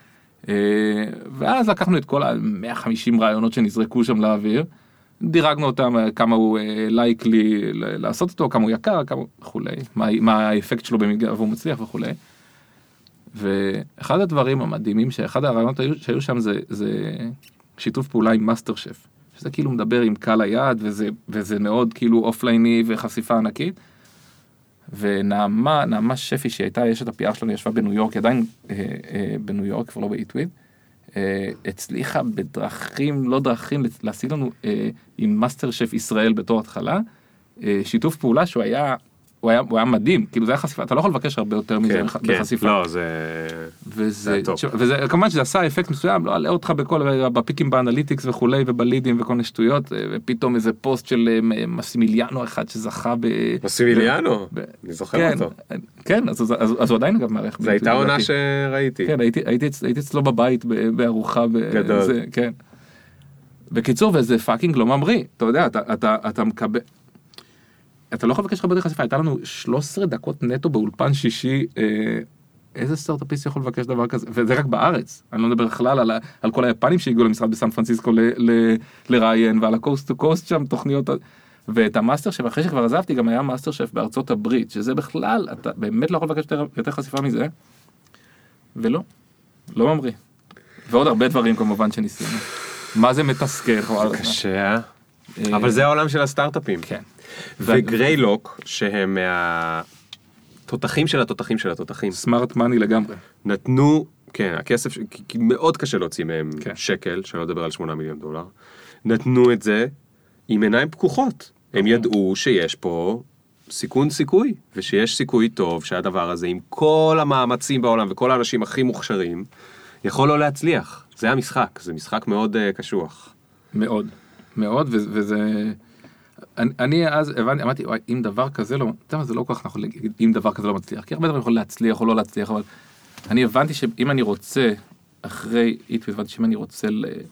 ואז לקחנו את כל ה-150 רעיונות שנזרקו שם לאוויר, דירגנו אותם, כמה הוא לייקלי לעשות אותו, כמה הוא יקר, כמה וכולי, מה האפקט שלו במידה והוא מצליח וכולי. ואחד הדברים המדהימים, שאחד הרעיונות שהיו שם זה שיתוף פעולה עם מאסטר שף, שזה כאילו מדבר עם קהל היעד, וזה מאוד כאילו אופלייני וחשיפה ענקית, ונעמה שפי שהייתה, יש את הפיאר שלנו, ישבה בניו יורק, עדיין בניו יורק, כבר לא באיטוויד, הצליחה בדרכים, לא דרכים, להשיג לנו עם מאסטר שף ישראל בתור התחלה, שיתוף פעולה שהוא היה מדהים, כאילו זה היה חשיפה, אתה לא יכול לבקש הרבה יותר מזה בחשיפה. לא, זה טוב. וזה, כמובן שזה עשה אפקט מסוים, לא עלה אותך בפיקים באנליטיקס וכולי, ובלידים וכל מיני שטויות, ופתאום איזה פוסט של מסימיליאנו אחד שזכה מסימיליאנו? אני זוכר אותו. כן, אז הוא עדיין אגב מערך. זה הייתה עונה שראיתי. כן, הייתי אצלו בבית בארוחה. גדול. כן. בקיצור, וזה פאקינג לא ממריא, אתה יודע, אתה מקבל... אתה לא יכול לבקש לך בדרך חשיפה, הייתה לנו 13 דקות נטו באולפן שישי, איזה סטארט-אפיסט יכול לבקש דבר כזה, וזה רק בארץ, אני לא מדבר בכלל על כל היפנים שהגיעו למשרד בסן פרנסיסקו לראיין, ועל הקוסט טו קוסט שם תוכניות, ואת המאסטר שף, אחרי שכבר עזבתי, גם היה מאסטר שף בארצות הברית, שזה בכלל, אתה באמת לא יכול לבקש יותר חשיפה מזה, ולא, לא ממריא. ועוד הרבה דברים כמובן שניסינו. מה זה מתסכל? זה קשה, אבל זה העולם של הסטארט-אפים. כן. וגריילוק, שהם מהתותחים של התותחים. סמארט מאני לגמרי. נתנו, כן, הכסף, מאוד קשה להוציא מהם שקל, שלא לדבר על $8 מיליון. נתנו את זה עם עיניים פקוחות. הם ידעו שיש פה סיכוי, ושיש סיכוי טוב שהדבר הזה, עם כל המאמצים בעולם וכל האנשים הכי מוכשרים, יכול לא להצליח. זה המשחק, זה משחק מאוד קשוח. מאוד, מאוד, וזה... אני אז הבנתי, אמרתי, אם דבר כזה לא, זה לא כל כך נכון להגיד, אם דבר כזה לא מצליח, כי הרבה דברים יכולים להצליח או לא להצליח, אבל אני הבנתי שאם אני רוצה אחרי איט, והבנתי שאם אני רוצה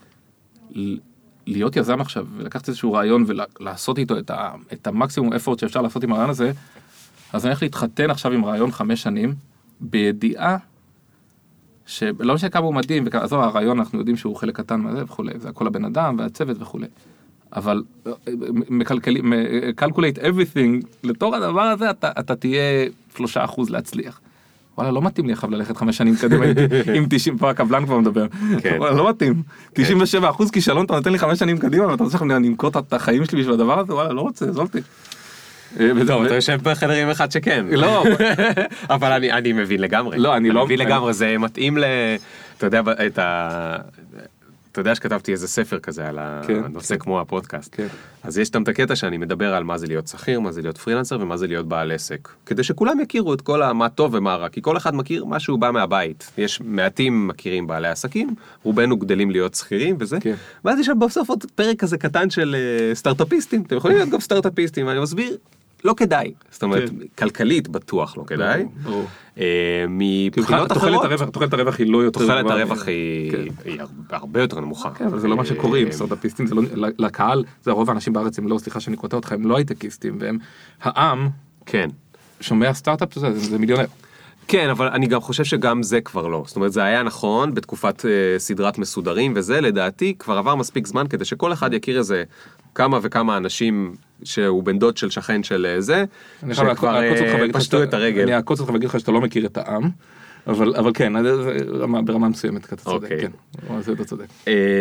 להיות יזם עכשיו, ולקחת איזשהו רעיון ולעשות איתו את המקסימום אפורט שאפשר לעשות עם הרעיון הזה, אז אני הולך להתחתן עכשיו עם רעיון 5 שנים, בידיעה שלא משנה כמה הוא מדהים, אז הרעיון אנחנו יודעים שהוא חלק קטן מהזה וכו', זה הכל הבן אדם והצוות וכו'. אבל calculate everything, לתור הדבר הזה אתה תהיה 3% להצליח. וואלה, לא מתאים לי עכשיו ללכת 5 שנים קדימה עם 90, פה הקבלן כבר מדבר. וואלה, לא מתאים. 97% כישלון, אתה נותן לי 5 שנים קדימה, ואתה רוצה לנקוט את החיים שלי בשביל הדבר הזה, וואלה, לא רוצה, עזוב אותי. טוב, אתה יושב בחדר עם אחד שכן. לא. אבל אני מבין לגמרי. לא, אני לא. מבין לגמרי, זה מתאים אתה יודע, אתה יודע שכתבתי איזה ספר כזה על הנושא כמו הפודקאסט. אז יש גם את הקטע שאני מדבר על מה זה להיות שכיר, מה זה להיות פרילנסר ומה זה להיות בעל עסק. כדי שכולם יכירו את כל מה טוב ומה רע, כי כל אחד מכיר מה שהוא בא מהבית. יש מעטים מכירים בעלי עסקים, רובנו גדלים להיות שכירים וזה. ואז יש בסוף עוד פרק כזה קטן של סטארט-אפיסטים. אתם יכולים להיות גם סטארט-אפיסטים, ואני מסביר, לא כדאי. זאת אומרת, כלכלית בטוח לא כדאי. מבחינות אחרות, תוחלת הרווח היא לא יותר... תוחלת הרווח היא הרבה יותר נמוכה. כן, אבל זה לא מה שקוראים, סטארט-אפיסטים, זה לא... לקהל, זה רוב האנשים בארץ, הם לא, סליחה שאני קוטע אותך, הם לא הייטקיסטים, והם... העם, כן. שומע סטארט-אפ, זה מיליונר. כן, אבל אני גם חושב שגם זה כבר לא. זאת אומרת, זה היה נכון בתקופת סדרת מסודרים, וזה לדעתי כבר עבר מספיק זמן, כדי שכל אחד יכיר איזה כמה וכמה אנשים שהוא בן דוד של שכן של זה, שכבר פשטו את הרגל. אני אעקוץ אותך ואגיד לך שאתה לא מכיר את העם, אבל כן, ברמה מסוימת, אתה צודק, כן. זה אתה צודק.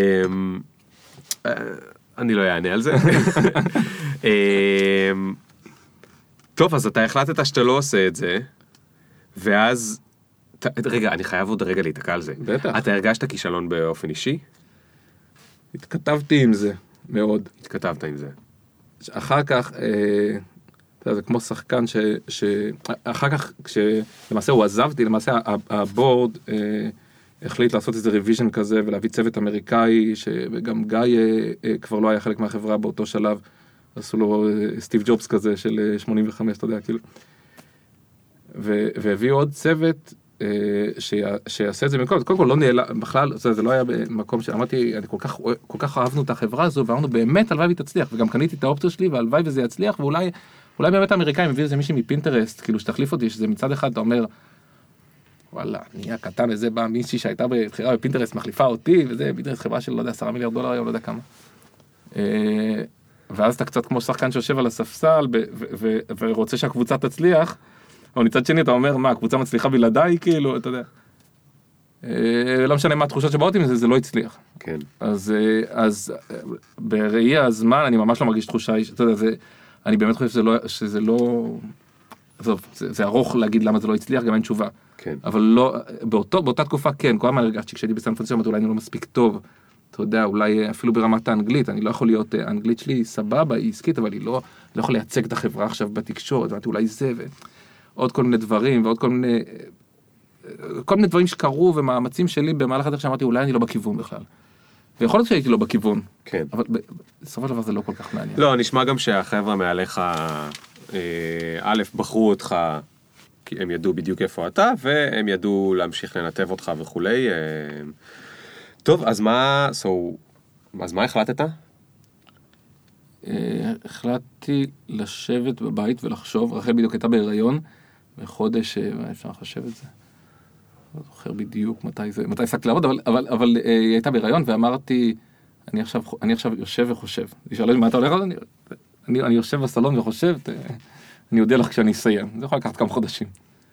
אני לא אענה על זה. טוב, אז אתה החלטת שאתה לא עושה את זה, ואז, רגע, אני חייב עוד רגע להתעקע על זה. בטח. אתה הרגשת כישלון באופן אישי? התכתבתי עם זה, מאוד. התכתבת עם זה. אחר כך, זה כמו שחקן אחר כך, כשלמעשה הוא עזבתי, למעשה הבורד החליט לעשות איזה ריוויז'ן כזה, ולהביא צוות אמריקאי, וגם גיא כבר לא היה חלק מהחברה באותו שלב, עשו לו סטיב ג'ובס כזה של 85, אתה יודע, כאילו. והביאו עוד צוות שיעשה את זה במקום, קודם כל לא נעלה, בכלל, זה לא היה במקום שאמרתי, אני כל כך אהבנו את החברה הזו, ואמרנו באמת, הלוואי ותצליח, וגם קניתי את האופציה שלי, והלוואי וזה יצליח, ואולי באמת האמריקאים הביאו איזה מישהי מפינטרסט, כאילו שתחליף אותי, שזה מצד אחד, אתה אומר, וואלה, נהיה קטן, וזה בא מישהי שהייתה בבחירה בפינטרסט, מחליפה אותי, וזה פינטרסט חברה של, לא יודע, 10 מיליארד דולר היום, לא יודע כמה. ואז אתה קצת כמו שחקן שיושב על הספסל, ורוצה שהקבוצה תצליח, אבל מצד שני אתה אומר, מה, הקבוצה מצליחה בלעדיי, כאילו, אתה יודע. לא משנה מה התחושות שבאות עם זה, זה לא הצליח. כן. אז בראי הזמן, אני ממש לא מרגיש תחושה, אתה יודע, אני באמת חושב שזה לא, זה ארוך להגיד למה זה לא הצליח, גם אין תשובה. כן. אבל לא, באותה תקופה כן, כל הזמן הרגשתי, כשהייתי בסן פרנסיסקו, אולי אני לא מספיק טוב, אתה יודע, אולי אפילו ברמת האנגלית, אני לא יכול להיות, האנגלית שלי סבבה, היא עסקית, אבל היא לא יכול לייצג את החברה עכשיו בתקשורת, אולי זה ועוד כל מיני דברים, ועוד כל מיני דברים שקרו ומאמצים שלי במהלך הדרך שאמרתי, אולי אני לא בכיוון בכלל. ויכול להיות שהייתי לא בכיוון, כן. אבל בסופו של דבר זה לא כל כך מעניין. לא, נשמע גם שהחבר'ה מעליך, א', בחרו אותך, כי הם ידעו בדיוק איפה אתה, והם ידעו להמשיך לנתב אותך וכולי. טוב, אז מה החלטת? החלטתי לשבת בבית ולחשוב, רחל בדיוק הייתה בהיריון, בחודש, אפשר לחשב את זה, לא זוכר בדיוק מתי הפסקתי לעבוד, אבל היא הייתה בהיריון, ואמרתי, אני עכשיו יושב וחושב. היא שאלה לי, מה אתה הולך? אני יושב בסלון וחושב, אני יודע לך כשאני אסיים. זה יכול לקחת כמה חודשים.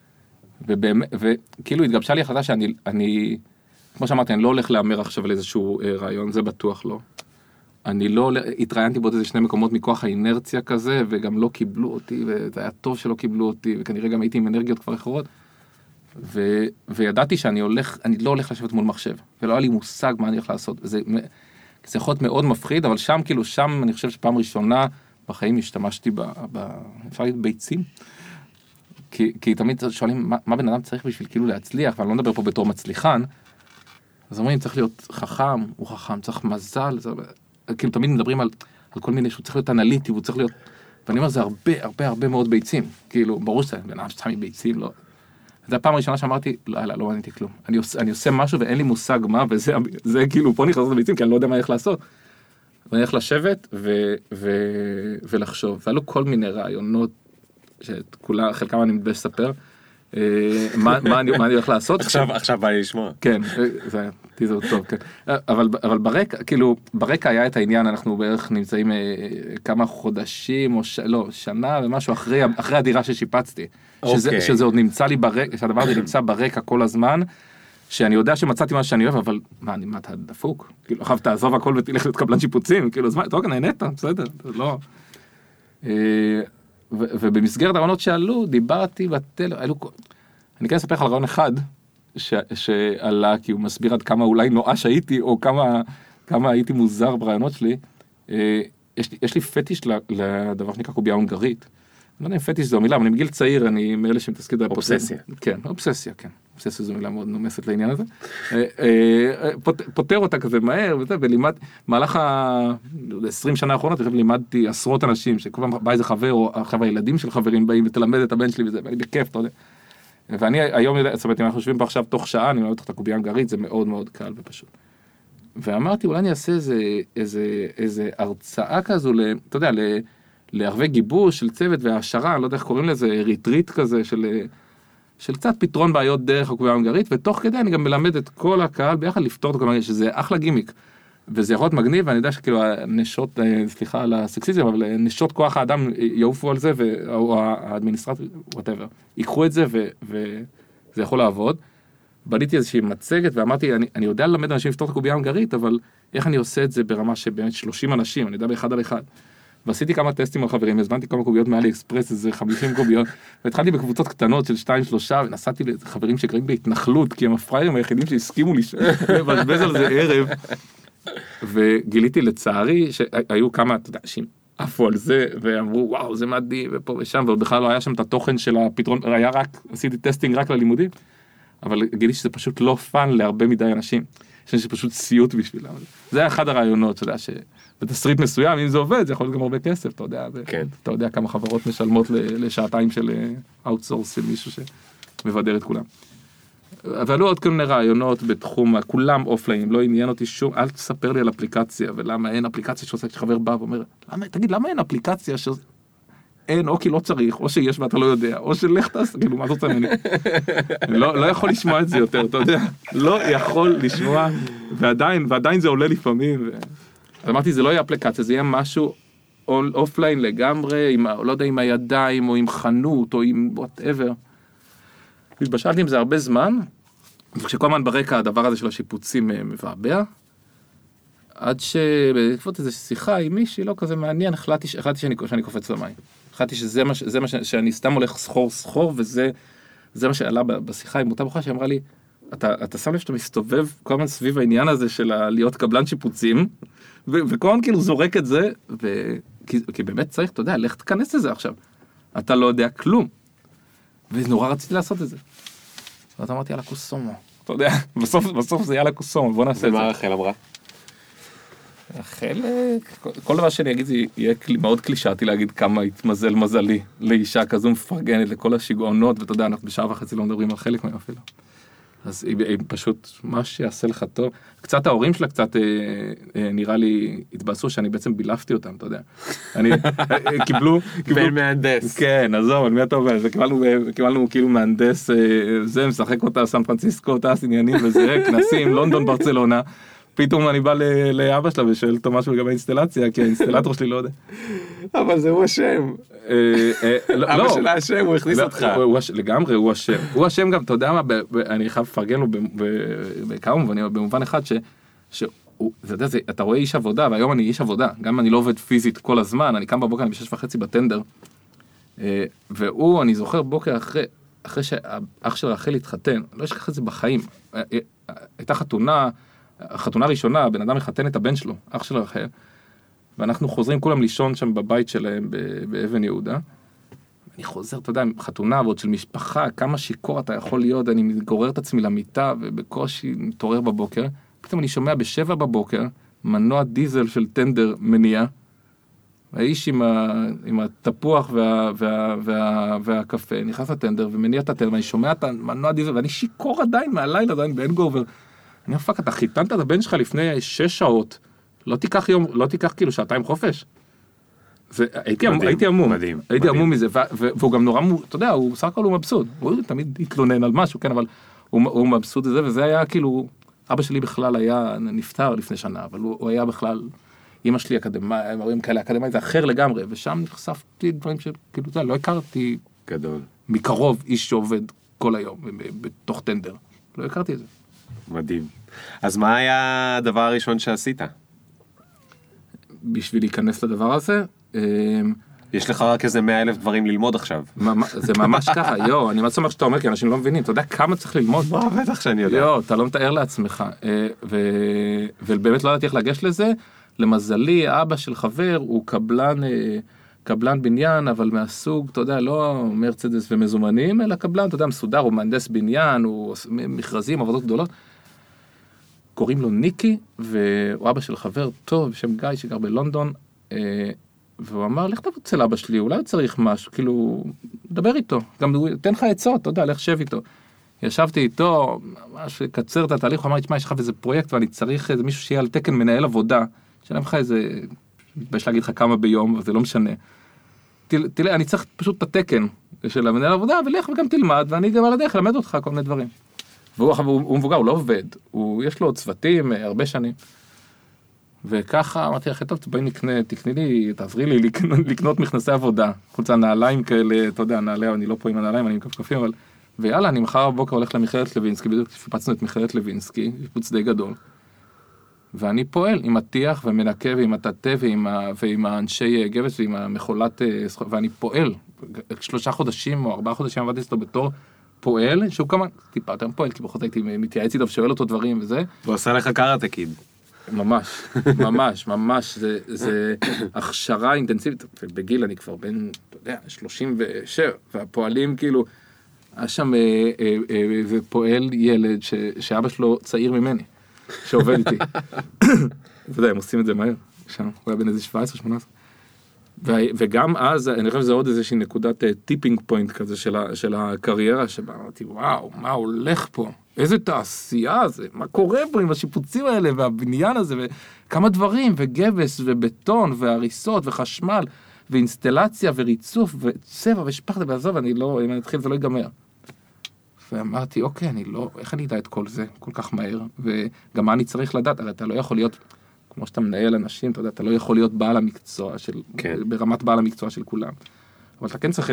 וכאילו התגבשה לי החלטה שאני, כמו שאמרתי, אני לא הולך לאמר עכשיו על איזשהו רעיון, זה בטוח לא. אני לא, התראיינתי בעוד איזה 2 מקומות מכוח האינרציה כזה, וגם לא קיבלו אותי, וזה היה טוב שלא קיבלו אותי, וכנראה גם הייתי עם אנרגיות כבר אחרות. וידעתי שאני לא הולך לשבת מול מחשב, ולא היה לי מושג מה אני הולך לעשות. זה יכול להיות מאוד מפחיד, אבל שם, כאילו, שם אני חושב שפעם ראשונה בחיים השתמשתי אפשר להגיד ביצים, כי תמיד שואלים, מה בן אדם צריך בשביל כאילו להצליח, ואני לא מדבר פה בתור מצליחן, אז אומרים, צריך להיות חכם, הוא חכם, צריך מזל, כאילו תמיד מדברים על כל מיני, שהוא צריך להיות אנליטי, הוא צריך להיות, ואני אומר, זה הרבה מאוד ביצים, כאילו, ברור שזה בן אדם שצריך מביצים, לא, זו הפעם הראשונה שאמרתי, לא מעניינתי כלום. אני עושה משהו ואין לי מושג מה, וזה כאילו, פה נכנסות לביצים, כי אני לא יודע מה איך לעשות. ואני הולך לשבת ולחשוב. ועלו כל מיני רעיונות, חלקם אני מתבייש לספר, מה אני הולך לעשות. עכשיו בא לי לשמוע. כן, זה טיזר טוב, כן. אבל ברקע, כאילו, ברקע היה את העניין, אנחנו בערך נמצאים כמה חודשים, או שנה ומשהו אחרי הדירה ששיפצתי. שזה עוד נמצא לי ברקע, שהדבר הזה נמצא ברקע כל הזמן, שאני יודע שמצאתי מה שאני אוהב, אבל מה אתה דפוק? כאילו, עכשיו תעזוב הכל ותלך להיות קבלן שיפוצים, כאילו, אז מה, טוב, נהנית, בסדר, לא. ובמסגרת הרעיונות שעלו, דיברתי אני כן אספר לך על רעיון אחד, שעלה, כי הוא מסביר עד כמה אולי נואש הייתי, או כמה הייתי מוזר ברעיונות שלי. יש לי פטיש לדבר שנקרא קובייה הונגרית. אני לא יודע אם פטיש זו מילה, אבל אני מגיל צעיר, אני מאלה שמתעסקים... אובססיה. כן, אובססיה, כן. אובססיה זו מילה מאוד נומסת לעניין הזה. פותר אותה כזה מהר, ולימד, מהלך 20 שנה האחרונות, לימדתי עשרות אנשים, שכל פעם בא איזה חבר, או עכשיו הילדים של חברים באים, ותלמד את הבן שלי וזה, ואני בכיף, אתה יודע. ואני היום יודע, זאת אומרת, אם אנחנו חושבים פה עכשיו תוך שעה, אני מלמד את הקובייה ההונגרית, זה מאוד מאוד קל ופשוט. ואמרתי, אולי אני אעשה איזה הרצאה כזו, אתה יודע, לערבי גיבוש של צוות והעשרה, אני לא יודע איך קוראים לזה, ריטריט כזה, של קצת פתרון בעיות דרך הקובייה ההונגרית, ותוך כדי אני גם מלמד את כל הקהל ביחד לפתור את הקובייה ההונגרית, שזה אחלה גימיק. וזה יכול להיות מגניב, ואני יודע שכאילו הנשות, סליחה על הסקסיזם, אבל נשות כוח האדם יעופו על זה, או האדמיניסטרט, whatever, ייקחו את זה, וזה יכול לעבוד. בניתי איזושהי מצגת, ואמרתי, אני יודע ללמד אנשים לפתור את הקובייה ההונגרית, אבל איך אני עושה את זה ברמה שבאמת 30 אנשים, אני יודע באחד על אחד. ועשיתי כמה טסטים על חברים, הזמנתי כמה קוביות מאלי אקספרס, איזה 50 קוביות, והתחלתי בקבוצות קטנות של 2-3, ונסעתי לחברים שקרים בהתנחלות, כי הם הפריירים היחידים שהסכימו לבזבז על זה ערב, וגיליתי לצערי שהיו כמה אנשים עפו על זה, ואמרו וואו זה מדהים, ופה ושם, ועוד בכלל לא היה שם את התוכן של הפתרון, היה רק, עשיתי טסטינג רק ללימודים, אבל גיליתי שזה פשוט לא פאן להרבה מדי אנשים, שזה פשוט סיוט בשבילם. זה היה אחד הרעיונות, אתה יודע, שבתסריט מסוים, אם זה עובד, זה יכול להיות גם הרבה כסף, אתה יודע, אתה יודע כמה חברות משלמות לשעתיים של אאוטסורס של מישהו שמבדר את כולם. ועלו עוד כל מיני רעיונות בתחום, כולם אופליין, לא עניין אותי שום, אל תספר לי על אפליקציה, ולמה אין אפליקציה שעושה כשחבר בא ואומר, תגיד, למה אין אפליקציה אין, או כי לא צריך, או שיש ואתה לא יודע, או שלך תעשה, כאילו, מה אתה רוצה ממני? לא יכול לשמוע את זה יותר, אתה יודע, לא יכול לשמוע, ועדיין זה עולה לפעמים, אז אמרתי, זה לא יהיה אפליקציה, זה יהיה משהו אופליין לגמרי, לא יודע, עם הידיים, או עם חנות, או עם whatever. התבשלתי עם זה הרבה זמן, וכשכל הזמן ברקע הדבר הזה של השיפוצים מבעבע, עד שבעקבות איזו שיחה עם מישהי לא כזה מעניין, החלטתי שאני קופץ למים. החלטתי שזה מה שאני סתם הולך סחור, וזה מה שעלה בשיחה עם אותה בחורה שאמרה לי, אתה שם לב שאתה מסתובב כל הזמן סביב העניין הזה של להיות קבלן שיפוצים, וכל הזמן כאילו זורק את זה, כי באמת צריך, אתה יודע, לך תכנס לזה עכשיו. אתה לא יודע כלום. ונורא רציתי לעשות את זה. ואז אמרתי, יאללה קוסומו. אתה יודע, בסוף זה יאללה קוסומו, בוא נעשה את זה. ומה רחל אמרה? רחל, כל דבר שאני אגיד זה יהיה מאוד קלישאתי להגיד כמה התמזל מזלי לאישה כזו מפרגנת לכל השיגעונות, ואתה יודע, אנחנו בשעה וחצי לא מדברים על חלק מהם אפילו. אז היא פשוט, מה שיעשה לך טוב. קצת ההורים שלה קצת נראה לי התבאסו שאני בעצם בילפתי אותם, אתה יודע. קיבלו... בן מהנדס. כן, עזוב, על מי אתה אומר? קיבלנו כאילו מהנדס, זה משחק אותה, סן פרנסיסקו, אותה עניינים וזה, כנסים, לונדון, ברצלונה. פתאום אני בא לאבא שלה ושואל אותו משהו לגבי האינסטלציה, כי האינסטלטור שלי לא יודע. אבל זה הוא השם. אבא שלה השם, הוא הכניס אותך. לגמרי, הוא השם. הוא השם גם, אתה יודע מה, אני חייב לפרגן לו בכמה מובנים, במובן אחד אתה רואה איש עבודה, והיום אני איש עבודה, גם אני לא עובד פיזית כל הזמן, אני קם בבוקר, אני ב6:30 בטנדר, והוא, אני זוכר בוקר אחרי שאח של רחל התחתן, לא אשכח את זה בחיים, הייתה חתונה ראשונה, בן אדם מחתן את הבן שלו, אח של רחל, ואנחנו חוזרים כולם לישון שם בבית שלהם באבן יהודה. אני חוזר, אתה יודע, חתונה ועוד של משפחה, כמה שיקור אתה יכול להיות, אני מתגורר את עצמי למיטה ובקושי מתעורר בבוקר. פתאום אני שומע ב7 בבוקר, מנוע דיזל של טנדר מניע, האיש עם התפוח והקפה, נכנס לטנדר ומניע את הטנדר, ואני שומע את המנוע דיזל, ואני שיקור עדיין מהלילה, עדיין באנגובר. אני אומר, פאק, אתה חיתנת את הבן שלך לפני 6 שעות, לא תיקח כאילו שעתיים חופש. הייתי עמום מזה, והוא גם נורא, אתה יודע, הוא בסך הכל הוא מבסוט, הוא תמיד התלונן על משהו, כן, אבל הוא מבסוט את זה, וזה היה כאילו, אבא שלי בכלל היה נפטר לפני שנה, אבל הוא היה בכלל, אמא שלי אקדמאי, זה אחר לגמרי, ושם נחשפתי דברים שכאילו, לא הכרתי גדול. מקרוב איש שעובד כל היום, בתוך טנדר, לא הכרתי את זה. מדהים. אז מה היה הדבר הראשון שעשית? בשביל להיכנס לדבר הזה, יש לך רק איזה 100,000 דברים ללמוד עכשיו. זה ממש ככה, אני מאוד שמח שאתה אומר, כי אנשים לא מבינים, אתה יודע כמה צריך ללמוד? בטח שאני יודע. אתה לא מתאר לעצמך, ובאמת לא ידעתי איך לגשת לזה, למזלי, אבא של חבר הוא קבלן בניין, אבל מהסוג, אתה יודע, לא מרצדס ומזומנים, אלא קבלן, אתה יודע, מסודר, הוא מהנדס בניין, הוא מכרזים, עבודות גדולות. קוראים לו ניקי, והוא אבא של חבר טוב, בשם גיא, שגר בלונדון, והוא אמר, לך תבוצע לאבא שלי, אולי צריך משהו, כאילו, דבר איתו, גם הוא תן לך עצות, אתה יודע, לך שב איתו. ישבתי איתו, ממש קצר את התהליך, הוא אמר לי, תשמע, יש לך איזה פרויקט, ואני צריך איזה מישהו שיהיה על תקן מנהל עבודה, שלם לך איזה, מתבייש להגיד לך כמה ביום, אבל זה לא משנה. תראה, אני צריך פשוט את התקן של המנהל עבודה, ולך וגם תלמד, ואני גם על הדרך למד אותך כל מיני דברים. והוא מבוגר, הוא לא עובד, יש לו צוותים הרבה שנים. וככה אמרתי אחרי טוב, בואי תקני לי, תעזרי לי לקנות מכנסי עבודה, חוץ הנעליים כאלה, אתה יודע, נעליים, אני לא פה עם הנעליים, אני עם כפכפים, אבל, ויאללה, אני מחר בבוקר הולך למכללת לוינסקי, בדיוק פיפצנו את מכללת לוינסקי, שיפוץ די גדול, ואני פועל עם הטיח ומנקה ועם התתה ועם האנשי גבס ועם המחולת, ואני פועל, 3 חודשים או 4 חודשים עבדתי אצלו בתור פועל, שהוא כמה, טיפה יותר פועל, כי בכל זאת הייתי מתייעץ איתו ושואל אותו דברים וזה. הוא עשה לך קראטה קיד. ממש, זה הכשרה אינטנסיבית, ובגיל אני כבר בין, אתה יודע, 37, והפועלים כאילו, היה שם ופועל ילד שאבא שלו צעיר ממני, שעובד איתי. אתה יודע, הם עושים את זה מהר, שם, הוא היה בין איזה 17-18. וגם אז, אני חושב שזה עוד איזושהי נקודת טיפינג פוינט כזה של הקריירה, שבה אמרתי, וואו, מה הולך פה? איזה תעשייה זה? מה קורה פה עם השיפוצים האלה והבניין הזה? וכמה דברים, וגבס ובטון והריסות וחשמל ואינסטלציה וריצוף וצבע ושפחת ועזוב, אני לא, אם אני אתחיל זה לא ייגמר. ואמרתי, אוקיי, איך אני אדע את כל זה כל כך מהר? וגם מה אני צריך לדעת? הרי אתה לא יכול להיות, כמו שאתה מנהל אנשים, אתה יודע, אתה לא יכול להיות בעל המקצוע ברמת בעל המקצוע של כולם. אבל אתה כן צריך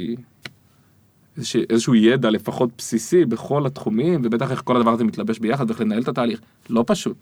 איזשהו ידע לפחות בסיסי בכל התחומים, ובטח איך כל הדבר הזה מתלבש ביחד, ואיך לנהל את התהליך. לא פשוט.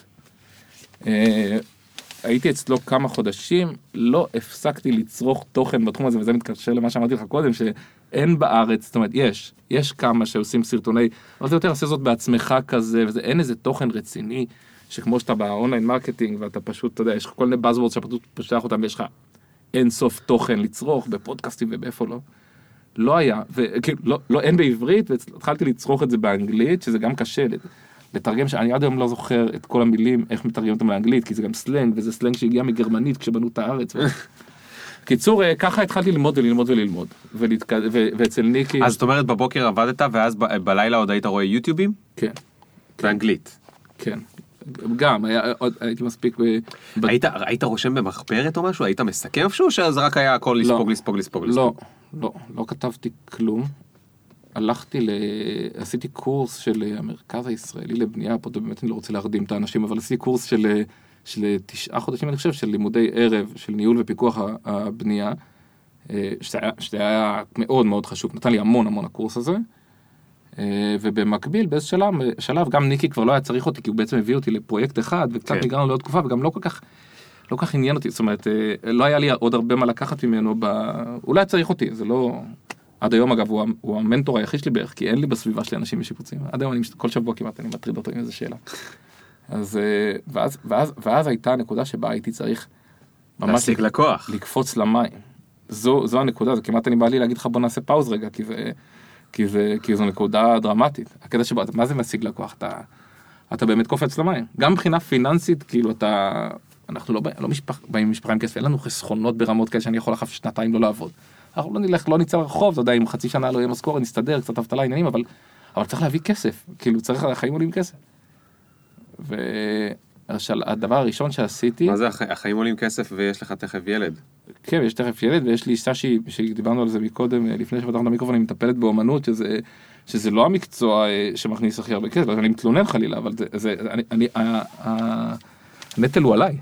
הייתי אצלו כמה חודשים, לא הפסקתי לצרוך תוכן בתחום הזה, וזה מתקשר למה שאמרתי לך קודם, שאין בארץ, זאת אומרת, יש כמה שעושים סרטוני, אבל זה יותר עושה זאת בעצמך כזה, אין איזה תוכן רציני, שכמו שאתה באונליין מרקטינג, ואתה פשוט, אתה יודע, יש לך כל מיני buzzwords שאתה פותח אותם, ויש לך אין סוף תוכן לצרוך, בפודקאסטים ובאיפה לא. לא היה, וכאילו, לא, אין בעברית, והתחלתי לצרוך את זה באנגלית, שזה גם קשה לתרגם, שאני עד היום לא זוכר את כל המילים, איך מתרגמים אותם לאנגלית, כי זה גם סלנג, וזה סלנג שהגיע מגרמנית כשבנו את הארץ. קיצור, ככה התחלתי ללמוד, ואצל ניקי... אז זאת אומרת, בבוקר עבדת, ואז בלילה עוד היית רואה יוטיובים? כן. באנגלית? כן. גם, הייתי מספיק... היית רושם במחברת או משהו? היית מסכם איפשהו? שזה רק היה הכל לספוג? לא כתבתי כלום. עשיתי קורס של המרכז הישראלי לבנייה, פה באמת אני לא רוצה להרדים את האנשים, אבל עשיתי קורס של 9 חודשים, אני חושב, של לימודי ערב, של ניהול ופיקוח הבנייה, שזה היה מאוד מאוד חשוב, נתן לי המון הקורס הזה, ובמקביל, באיזה שלב, גם ניקי כבר לא היה צריך אותי, כי הוא בעצם הביא אותי לפרויקט אחד, וקצת הגענו לעוד תקופה, וגם לא כל כך עניין אותי, זאת אומרת, לא היה לי עוד הרבה מה לקחת ממנו, אולי צריך אותי, זה לא... עד היום, אגב, הוא המנטור היחיד שלי בערך, כי אין לי בסביבה שלי אנשים משיפוצים. עד היום, כל שבוע כמעט אני מטריד אותו עם איזו שאלה. אז, ואז הייתה הנקודה שבה הייתי צריך ממש לקפוץ למים. זו הנקודה, זה כמעט אני בא לי להגיד לך, בוא נעשה פאוז רגע, כי זו נקודה דרמטית. הקטע שבא, מה זה משיג לקוח? אתה באמת קופץ למים. גם מבחינה פיננסית, כאילו, אנחנו לא באים משפחה עם כסף, אין לנו חסכונות ברמות כאלה שאני יכול אחר 2 לא לעבוד. אנחנו לא נלך, לא ניצא לרחוב, אתה יודע, אם חצי שנה לא יהיה משכורת, נסתדר, קצת אבטלה עניינים, אבל צריך להביא כסף, כאילו צריך, החיים עולים כסף. והדבר הראשון שעשיתי... מה זה החיים עולים כסף ויש לך תכף ילד? כן, יש תכף ילד, ויש לי אישה שדיברנו על זה מקודם, לפני שפתחנו המיקרופון, אני מטפלת באומנות, שזה לא המקצוע שמכניס הכי הרבה כסף, אני מתלונן חלילה, אבל הנטל הוא עליי.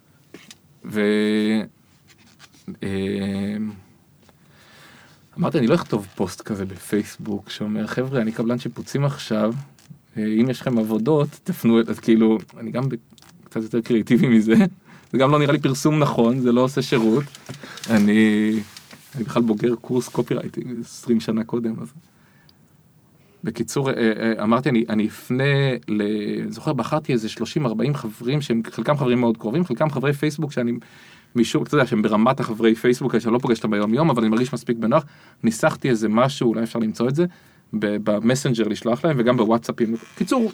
אמרתי, אני לא אכתוב פוסט כזה בפייסבוק, שאומר, חבר'ה, אני קבלן שיפוצים עכשיו, אם יש לכם עבודות, תפנו, אז כאילו, אני גם קצת יותר קריאיטיבי מזה, זה גם לא נראה לי פרסום נכון, זה לא עושה שירות, אני בכלל בוגר קורס קופירייטינג, 20 שנה קודם, אז... בקיצור, אמרתי, אני אפנה, זוכר, בחרתי איזה 30-40 חברים, שהם חלקם חברים מאוד קרובים, חלקם חברי פייסבוק, שאני משום, אתה יודע, שהם ברמת החברי פייסבוק, שאני לא פוגש אותם ביום יום, אבל אני מרגיש מספיק בנוח, ניסחתי איזה משהו, אולי אפשר למצוא את זה, במסנג'ר לשלוח להם, וגם בוואטסאפים. קיצור,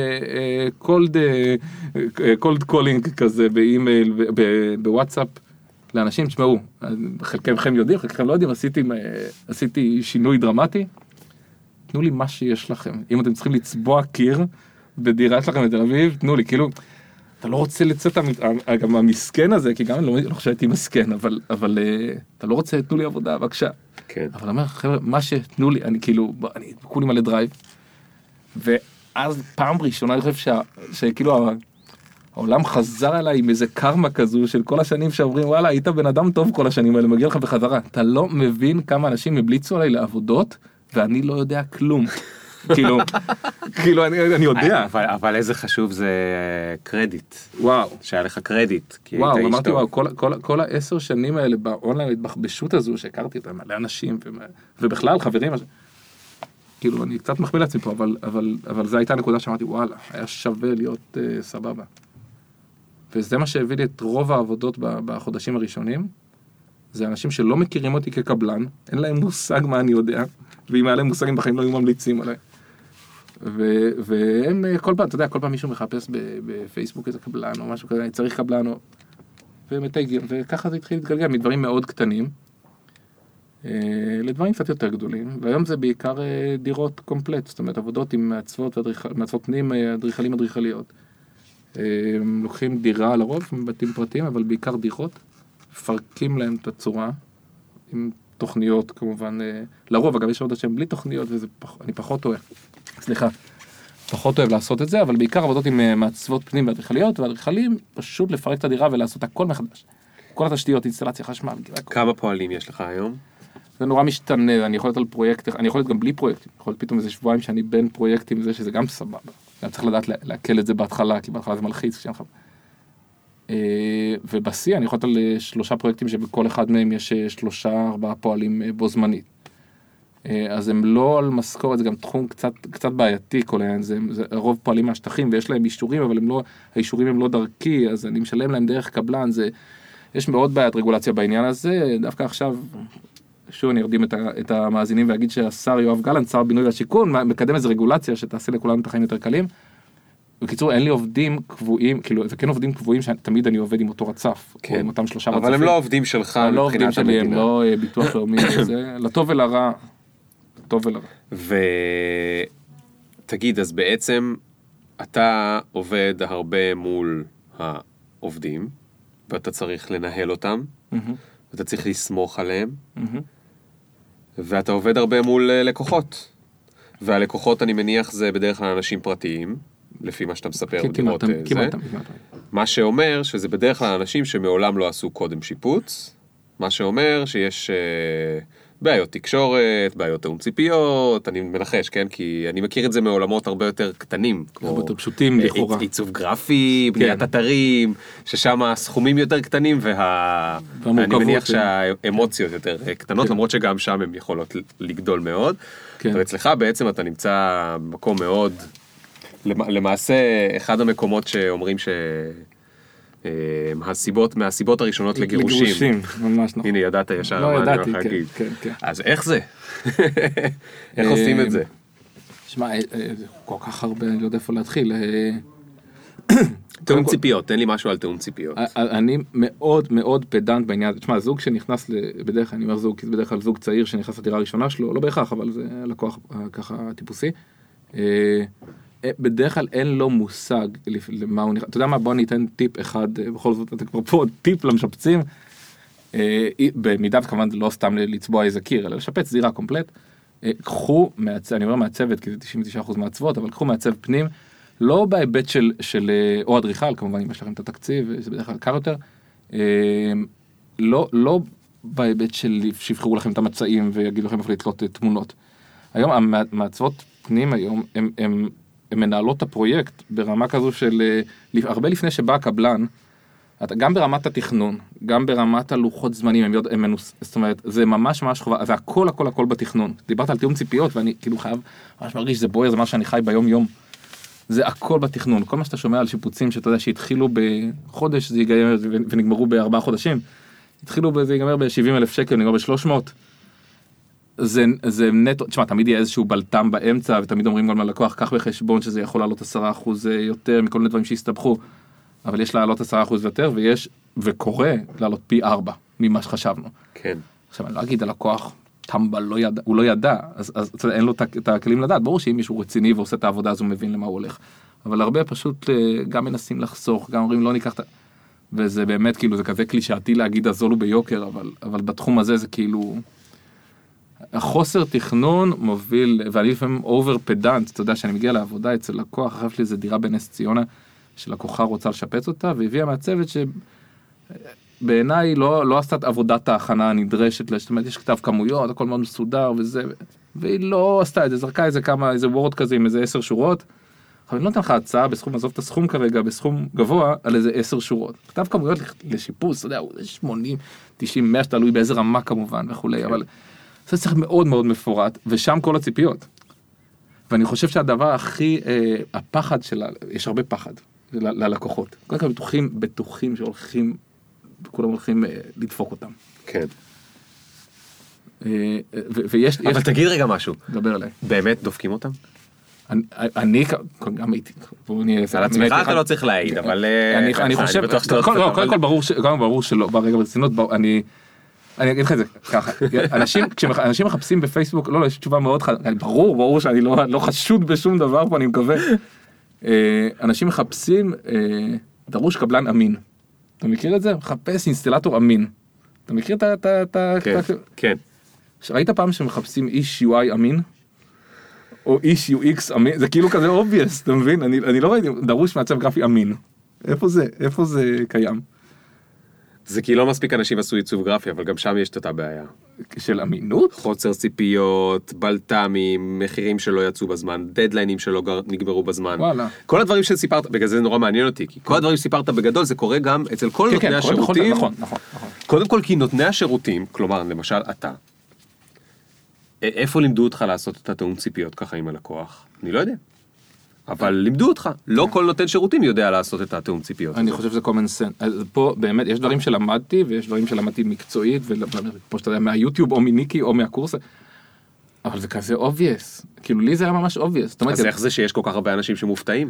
קולד קולינג כזה, באימייל, בוואטסאפ, לאנשים, תשמעו, חלקכם יודעים, חלקכם לא יודעים, עשיתי שינוי דרמטי, תנו לי מה שיש לכם. אם אתם צריכים לצבוע קיר בדירה שלכם בתל אביב, תנו לי, כאילו, אתה לא רוצה לצאת גם המסכן הזה, כי גם אני לא חושב שהייתי מסכן, אבל אתה לא רוצה, תנו לי עבודה, בבקשה. כן. אבל אני אומר, חבר'ה, מה שתנו לי, אני כאילו, אני כולי מלא דרייב, ואז פעם ראשונה אני חושב שכאילו העולם חזר אליי עם איזה קרמה כזו של כל השנים שאומרים, וואלה, היית בן אדם טוב כל השנים האלה, מגיע לך בחזרה. אתה לא מבין כמה אנשים הבליצו עליי לעבודות, ואני לא יודע כלום. כאילו אני יודע. אבל איזה חשוב זה קרדיט. וואו. שהיה לך קרדיט. וואו, אמרתי, וואו, כל 10 שנים האלה באונליין, התבחבשות הזו, שהכרתי אותם, מלא אנשים, ובכלל חברים, כאילו אני קצת מחמיא לעצמי פה, אבל זו הייתה הנקודה שאמרתי, וואלה, היה שווה להיות סבבה. וזה מה שהביא לי את רוב העבודות בחודשים הראשונים, זה אנשים שלא מכירים אותי כקבלן, אין להם מושג מה אני יודע, ואם היה להם מושגים בחיים לא היו ממליצים עליי. והם כל פעם, אתה יודע, כל פעם מישהו מחפש בפייסבוק איזה קבלן או משהו כזה, אני צריך קבלן וככה זה התחיל להתגלגל מדברים מאוד קטנים, לדברים קצת יותר גדולים, והיום זה בעיקר דירות קומפלט, זאת אומרת עבודות עם מעצבות פנים, אדריכליות. לוקחים דירה לרוב, מבתים פרטיים, אבל בעיקר דירות, מפרקים להם את הצורה, עם תוכניות כמובן, לרוב, אגב יש עבודות שהן בלי תוכניות, ואני פחות אוהב לעשות את זה, אבל בעיקר עבודות עם מעצבות פנים ואדריכליות, והאדריכלים פשוט לפרק את הדירה ולעשות הכל מחדש. כל התשתיות, אינסטלציה, חשמל. כמה פועלים יש לך היום? זה נורא משתנה, אני יכול להיות על פרויקט, אני יכול להיות גם בלי פרויקטים, יכול להיות פתאום איזה שבועיים שאני בין פרויקטים, זה שזה גם סבבה. אני צריך לדעת להקל את זה בהתחלה, כי בהתחלה זה מלחיץ. ובשיא אני יכול להיות על 3 פרויקטים שבכל אחד מהם יש 3-4 פועלים בו זמנית. אז הם לא על משכורת, זה גם תחום קצת בעייתי כל העניין, זה רוב פועלים מהשטחים ויש להם אישורים, אבל האישורים הם לא דרכי, אז אני משלם להם דרך קבלן, יש מאוד בעיית רגולציה בעניין הזה, דווקא עכשיו, שוב אני ארדים את המאזינים ואגיד שהשר יואב גלנט, שר הבינוי והשיכון, מקדם איזו רגולציה שתעשה לכולנו את החיים יותר קלים. בקיצור, אין לי עובדים קבועים, כאילו, זה כן עובדים קבועים שתמיד אני עובד עם אותו רצף, כן. או עם אותם 3 רצפים. אבל הם לא עובדים שלך מבחינת המדינה. לא עובדים שלי, הם לא ביטוח לאומי, זה לטוב ולרע. טוב ולרע. ותגיד, אז בעצם אתה עובד הרבה מול העובדים, ואתה צריך לנהל אותם, ואתה צריך לסמוך עליהם, ואתה עובד הרבה מול לקוחות. והלקוחות, אני מניח, זה בדרך כלל אנשים פרטיים, לפי מה שאתה מספר בדירות זה. מה שאומר שזה בדרך כלל אנשים שמעולם לא עשו קודם שיפוץ, מה שאומר שיש בעיות תקשורת, בעיות תאום ציפיות, אני מנחש, כן? כי אני מכיר את זה מעולמות הרבה יותר קטנים, הרבה יותר פשוטים לכאורה. עיצוב גרפי, בניית אתרים, ששם הסכומים יותר קטנים, ואני מניח שהאמוציות יותר קטנות, למרות שגם שם הן יכולות לגדול מאוד. ואצלך בעצם אתה נמצא במקום מאוד, למעשה אחד המקומות שאומרים מהסיבות הראשונות לגירושים. ממש נכון. הנה, ידעת ישר. לא ידעתי, כן. אז איך זה? איך עושים את זה? שמע, כל כך הרבה, אני לא יודע איפה להתחיל. תאום ציפיות, תן לי משהו על תאום ציפיות. אני מאוד מאוד פדנט בעניין, תשמע, זוג שנכנס, בדרך כלל, אני אומר זוג, כי זה בדרך כלל זוג צעיר שנכנס לדירה הראשונה שלו, לא בהכרח, אבל זה לקוח ככה טיפוסי. בדרך כלל אין לו מושג למה הוא נכנס. אתה יודע מה, בוא ניתן טיפ אחד, בכל זאת, אתה כבר פה טיפ למשפצים, במידה וכמובן לא סתם לצבוע איזה קיר, אלא לשפץ דירה קומפלט. קחו, אני אומר מהצוות, כי זה 99% מהצוות, אבל קחו מהצוות פנים, לא בהיבט של או אדריכל, כמובן אם יש לכם את התקציב, זה בדרך כלל קר יותר, לא בהיבט של שיבחרו לכם את המצעים ויגידו לכם איך לתלות תמונות. היום המעצבות פנים היום, הם מנהלות את הפרויקט ברמה כזו של, הרבה לפני שבא הקבלן, גם ברמת התכנון, גם ברמת הלוחות זמנים, זאת אומרת, זה ממש חובה, זה הכל בתכנון. דיברת על תיאום ציפיות, ואני כאילו חייב, ממש מרגיש שזה בוער, זה מה שאני חי ביום יום. זה הכל בתכנון. כל מה שאתה שומע על שיפוצים, שאתה יודע שהתחילו בחודש, זה ייגמר ונגמרו ב4 חודשים. זה ייגמר ב70,000 שקל, נגמר ב300. זה נטו, תשמע, תמיד יהיה איזשהו בלטם באמצע, ותמיד אומרים גם ללקוח, קח בחשבון שזה יכול לעלות 10% יותר מכל מיני דברים שהסתבכו. אבל יש לעלות 10% יותר, וקורה לעלות פי 4 ממה שחשבנו. כן. עכשיו, אני לא אגיד, הלקוח טמבל, הוא לא ידע, אז אין לו את הכלים לדעת. ברור שאם מישהו רציני ועושה את העבודה, אז הוא מבין למה הוא הולך. אבל הרבה פשוט גם מנסים לחסוך, גם אומרים, לא ניקח את... וזה באמת, כאילו, זה כזה קלישאתי להגיד, הזול הוא ביוקר, אבל בתחום הזה זה כאילו... החוסר תכנון מוביל, ואני לפעמים אובר פדנט, אתה יודע, שאני מגיע לעבודה אצל לקוח, אחרי שלי זה דירה בנס ציונה, שלקוחה רוצה לשפץ אותה, והביאה מהצוות שבעיניי לא עשתה את עבודת ההכנה הנדרשת, זאת אומרת, יש כתב כמויות, הכל מאוד מסודר וזה, והיא לא עשתה את זה, זרקה איזה וורד כזה עם איזה 10 שורות, אבל אני לא נותן לך הצעה בסכום, עזוב את הסכום כרגע, בסכום גבוה, על איזה 10 שורות. כתב כמויות לשיפוץ, אתה יודע, זה 80, 90, 100, תלוי באיזה רמה כמובן וכולי, אבל זה צריך מאוד מאוד מפורט, ושם כל הציפיות. ואני חושב שהדבר הכי, הפחד שלה, יש הרבה פחד ללקוחות. כל כך בטוחים שהולכים, כולם הולכים לדפוק אותם. כן. ויש... אבל תגיד רגע משהו. דבר אליי. באמת דופקים אותם? אני גם הייתי... על עצמך אתה לא צריך להעיד, אבל... אני חושב... קודם כל ברור שלא, ברגע ברצינות, אני אגיד לך את זה ככה, כשאנשים מחפשים בפייסבוק, לא, יש תשובה מאוד חדה, ברור שאני לא חשוד בשום דבר פה, אני מקווה. אנשים מחפשים, דרוש קבלן אמין. אתה מכיר את זה? מחפש אינסטלטור אמין. אתה מכיר את ה... כן. ראית פעם שמחפשים איש UI אמין? או איש UX אמין? זה כאילו כזה obvious, אתה מבין? אני לא ראיתי, דרוש מעצב גרפי אמין. איפה זה קיים? זה כי לא מספיק אנשים עשו עיצוב גרפי, אבל גם שם יש את אותה בעיה. של אמינות? חוסר ציפיות, בלטמים, מחירים שלא יצאו בזמן, דדליינים שלא נגמרו בזמן. וואלה. כל הדברים שסיפרת, בגלל זה נורא מעניין אותי, כי כל הדברים שסיפרת בגדול, זה קורה גם אצל כל נותני השירותים. נכון. קודם כל, כי נותני השירותים, כלומר, למשל, אתה, איפה לימדו אותך לעשות את התאום ציפיות ככה עם הלקוח? אני לא יודע. אבל לימדו אותך, לא כל נותן שירותים יודע לעשות את התאום ציפיות. אני חושב שזה common sense. פה באמת, יש דברים שלמדתי, ויש דברים שלמדתי מקצועית, כמו שאתה יודע, מהיוטיוב או מניקי או מהקורס, אבל זה כזה obvious. כאילו, לי זה היה ממש obvious. אז איך זה שיש כל כך הרבה אנשים שמופתעים?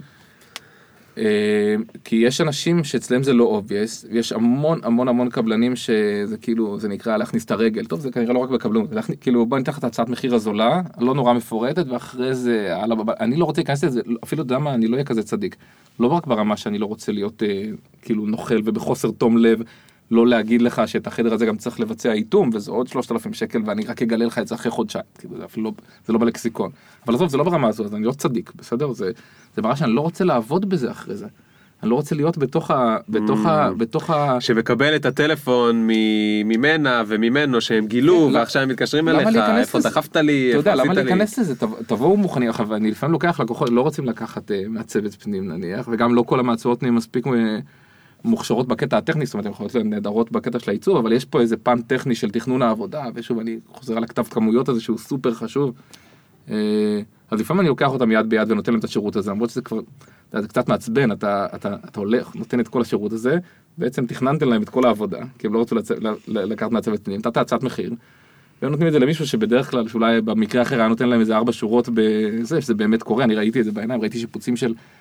כי יש אנשים שאצלם זה לא obvious, ויש המון קבלנים שזה כאילו, זה נקרא להכניס את הרגל. טוב, זה כנראה לא רק בקבלנות. כאילו, בוא ניתח את הצעת מחיר הזולה, לא נורא מפורטת, ואחרי זה, אני לא רוצה להיכנס לזה, אפילו יודע מה, אני לא אהיה כזה צדיק. לא רק ברמה שאני לא רוצה להיות כאילו נוכל ובחוסר תום לב, לא להגיד לך שאת החדר הזה גם צריך לבצע איתום, וזה עוד 3,000 שקל, ואני רק אגלה לך את זה אחרי חודשיים. כאילו, זה לא בלקסיקון. אבל עזוב, זה לא ברמה הזו, אז אני לא צדיק, בסדר? זה ברמה שאני לא רוצה לעבוד בזה אחרי זה. אני לא רוצה להיות בתוך ה... שמקבל את הטלפון ממנה וממנו שהם גילו, ועכשיו הם מתקשרים אליך, איפה דחפת לי, אתה יודע, למה להיכנס לזה? תבואו מוכנים, ואני לפעמים לוקח לקוחות, לא רוצים לקחת מעצבת פנים נניח, וגם לא כל המעצבות נהיים מספיק מוכשרות בקטע הטכני, זאת אומרת, הן יכולות להיות נהדרות בקטע של העיצוב, אבל יש פה איזה פן טכני של תכנון העבודה, ושוב, אני חוזר על הכתב כמויות הזה, שהוא סופר חשוב. אז לפעמים אני לוקח אותם יד ביד ונותן להם את השירות הזה, למרות שזה כבר, זה קצת מעצבן, אתה הולך, נותן את כל השירות הזה, בעצם תכננתם להם את כל העבודה, כי הם לא רצו לקחת מעצבת פנים, נתת הצעת מחיר, והם נותנים את זה למישהו שבדרך כלל, שאולי במקרה אחר היה נותן להם איזה 4 שורות בזה, שזה באמת קורה, אני ראיתי את זה בעיניים, ראיתי שיפוצים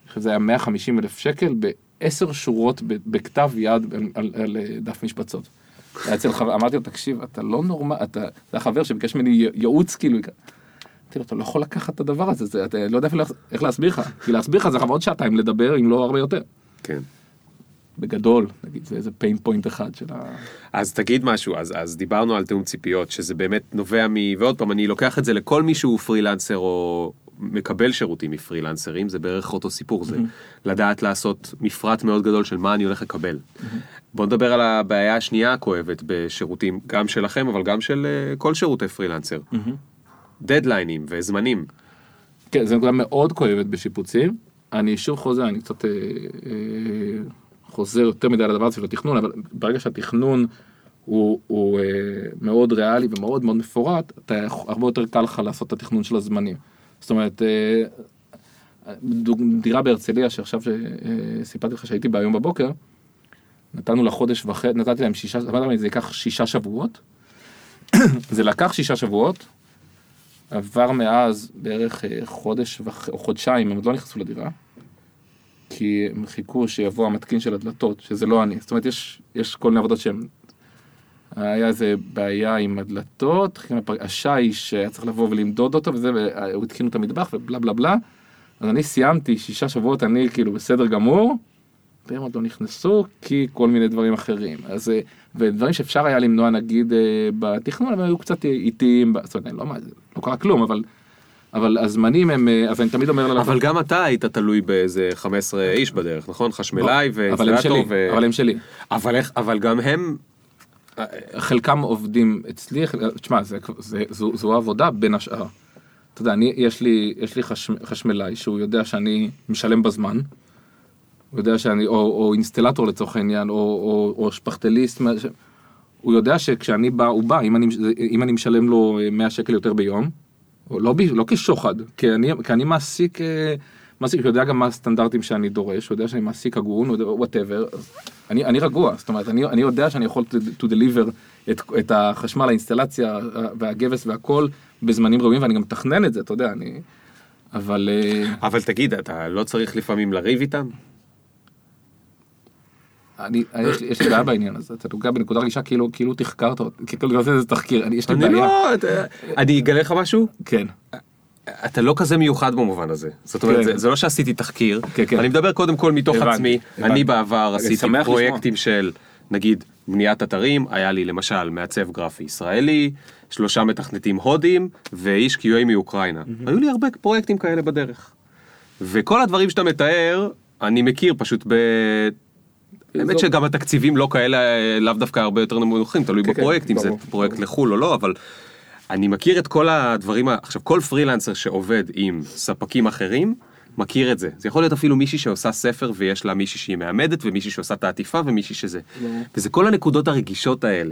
שזה היה 150,000 שקל ב10 שורות בכתב יד על דף משבצות. אמרתי לו, תקשיב, אתה לא נורמל, זה החבר שביקש ממני ייעוץ, כאילו, אמרתי לו, אתה לא יכול לקחת את הדבר הזה, אתה לא יודע איך להסביר לך, כי להסביר לך זה עוד שעתיים לדבר, אם לא הרבה יותר. כן. בגדול, נגיד, זה איזה pain point אחד של אז תגיד משהו, אז דיברנו על תאום ציפיות, שזה באמת נובע ועוד פעם, אני לוקח את זה לכל מי שהוא פרילנסר או מקבל שירותים מפרילנסרים, זה בערך אותו סיפור, זה לדעת לעשות מפרט מאוד גדול של מה אני הולך לקבל. בואו נדבר על הבעיה השנייה הכואבת בשירותים, גם שלכם, אבל גם של כל שירותי פרילנסר. דדליינים וזמנים. כן, זה נקודה מאוד כואבת בשיפוצים. אני שוב חוזר, אני קצת חוזר יותר מדי על הדבר הזה של התכנון, אבל ברגע שהתכנון הוא מאוד ריאלי ומאוד מאוד מפורט, הרבה יותר קל לך לעשות את התכנון של הזמנים. זאת אומרת, דירה בהרצליה, שעכשיו סיפרתי לך שהייתי בה היום בבוקר, נתנו לחודש וחצי, נתתי להם 6, זה ייקח 6 שבועות, זה לקח 6 שבועות, עבר מאז בערך חודש או חודשיים, הם עוד לא נכנסו לדירה, כי הם חיכו שיבוא המתקין של הדלתות, שזה לא אני. זאת אומרת, יש כל מיני עבודות שהם, היה איזה בעיה עם הדלתות, השיש היה צריך לבוא ולמדוד אותו, וזה, והוא התקינו את המטבח ובלה בלה בלה, אז אני סיימתי 6 שבועות, אני כאילו בסדר גמור, והם עוד לא נכנסו, כי כל מיני דברים אחרים. אז, ודברים שאפשר היה למנוע, נגיד, בתכנון, אבל היו קצת איטיים, זאת אומרת, לא קרה כלום, אבל הזמנים הם, אז אני תמיד אומר... אבל גם אתה היית תלוי באיזה 15 איש בדרך, נכון? חשמלאי ואינסטלטור אבל הם שלי. אבל גם הם... חלקם עובדים אצלי, תשמע, זו עבודה בין השאר. אתה יודע, יש לי חשמלאי שהוא יודע שאני משלם בזמן, הוא יודע שאני, או אינסטלטור לצורך העניין, או שפכטליסט, הוא יודע שכשאני בא, הוא בא, אם אני משלם לו 100 שקל יותר ביום, לא כשוחד, כי אני מעסיק, הוא יודע גם מה הסטנדרטים שאני דורש, הוא יודע שאני מעסיק הגון, whatever, אני רגוע, זאת אומרת, אני יודע שאני יכול to deliver את החשמל, האינסטלציה והגבס והכל בזמנים ראויים, ואני גם מתכנן את זה, אתה יודע, אבל תגיד, אתה לא צריך לפעמים לריב איתם? יש לי בעיה בעניין הזה, אתה תוגע בנקודה רגישה כאילו תחקרת, כאילו עושה איזה תחקיר, יש לי בעיה. אני אגלה לך משהו? כן. אתה לא כזה מיוחד במובן הזה. זאת אומרת, זה לא שעשיתי תחקיר, אני מדבר קודם כל מתוך עצמי, אני בעבר עשיתי פרויקטים של, נגיד, בניית אתרים, היה לי למשל מעצב גרפי ישראלי, 3 מתכנתים הודים, ואיש QA מאוקראינה. היו לי הרבה פרויקטים כאלה בדרך. וכל הדברים שאתה מתאר, אני מכיר פשוט האמת שגם התקציבים לא כאלה, לאו דווקא הרבה יותר נמוכים, תלוי בפרויקט, אם זה פרויקט לחול או לא, אבל אני מכיר את כל הדברים, עכשיו כל פרילנסר שעובד עם ספקים אחרים, מכיר את זה. זה יכול להיות אפילו מישהי שעושה ספר ויש לה מישהי שהיא מעמדת, ומישהי שעושה את העטיפה ומישהי שזה. וזה כל הנקודות הרגישות האלה.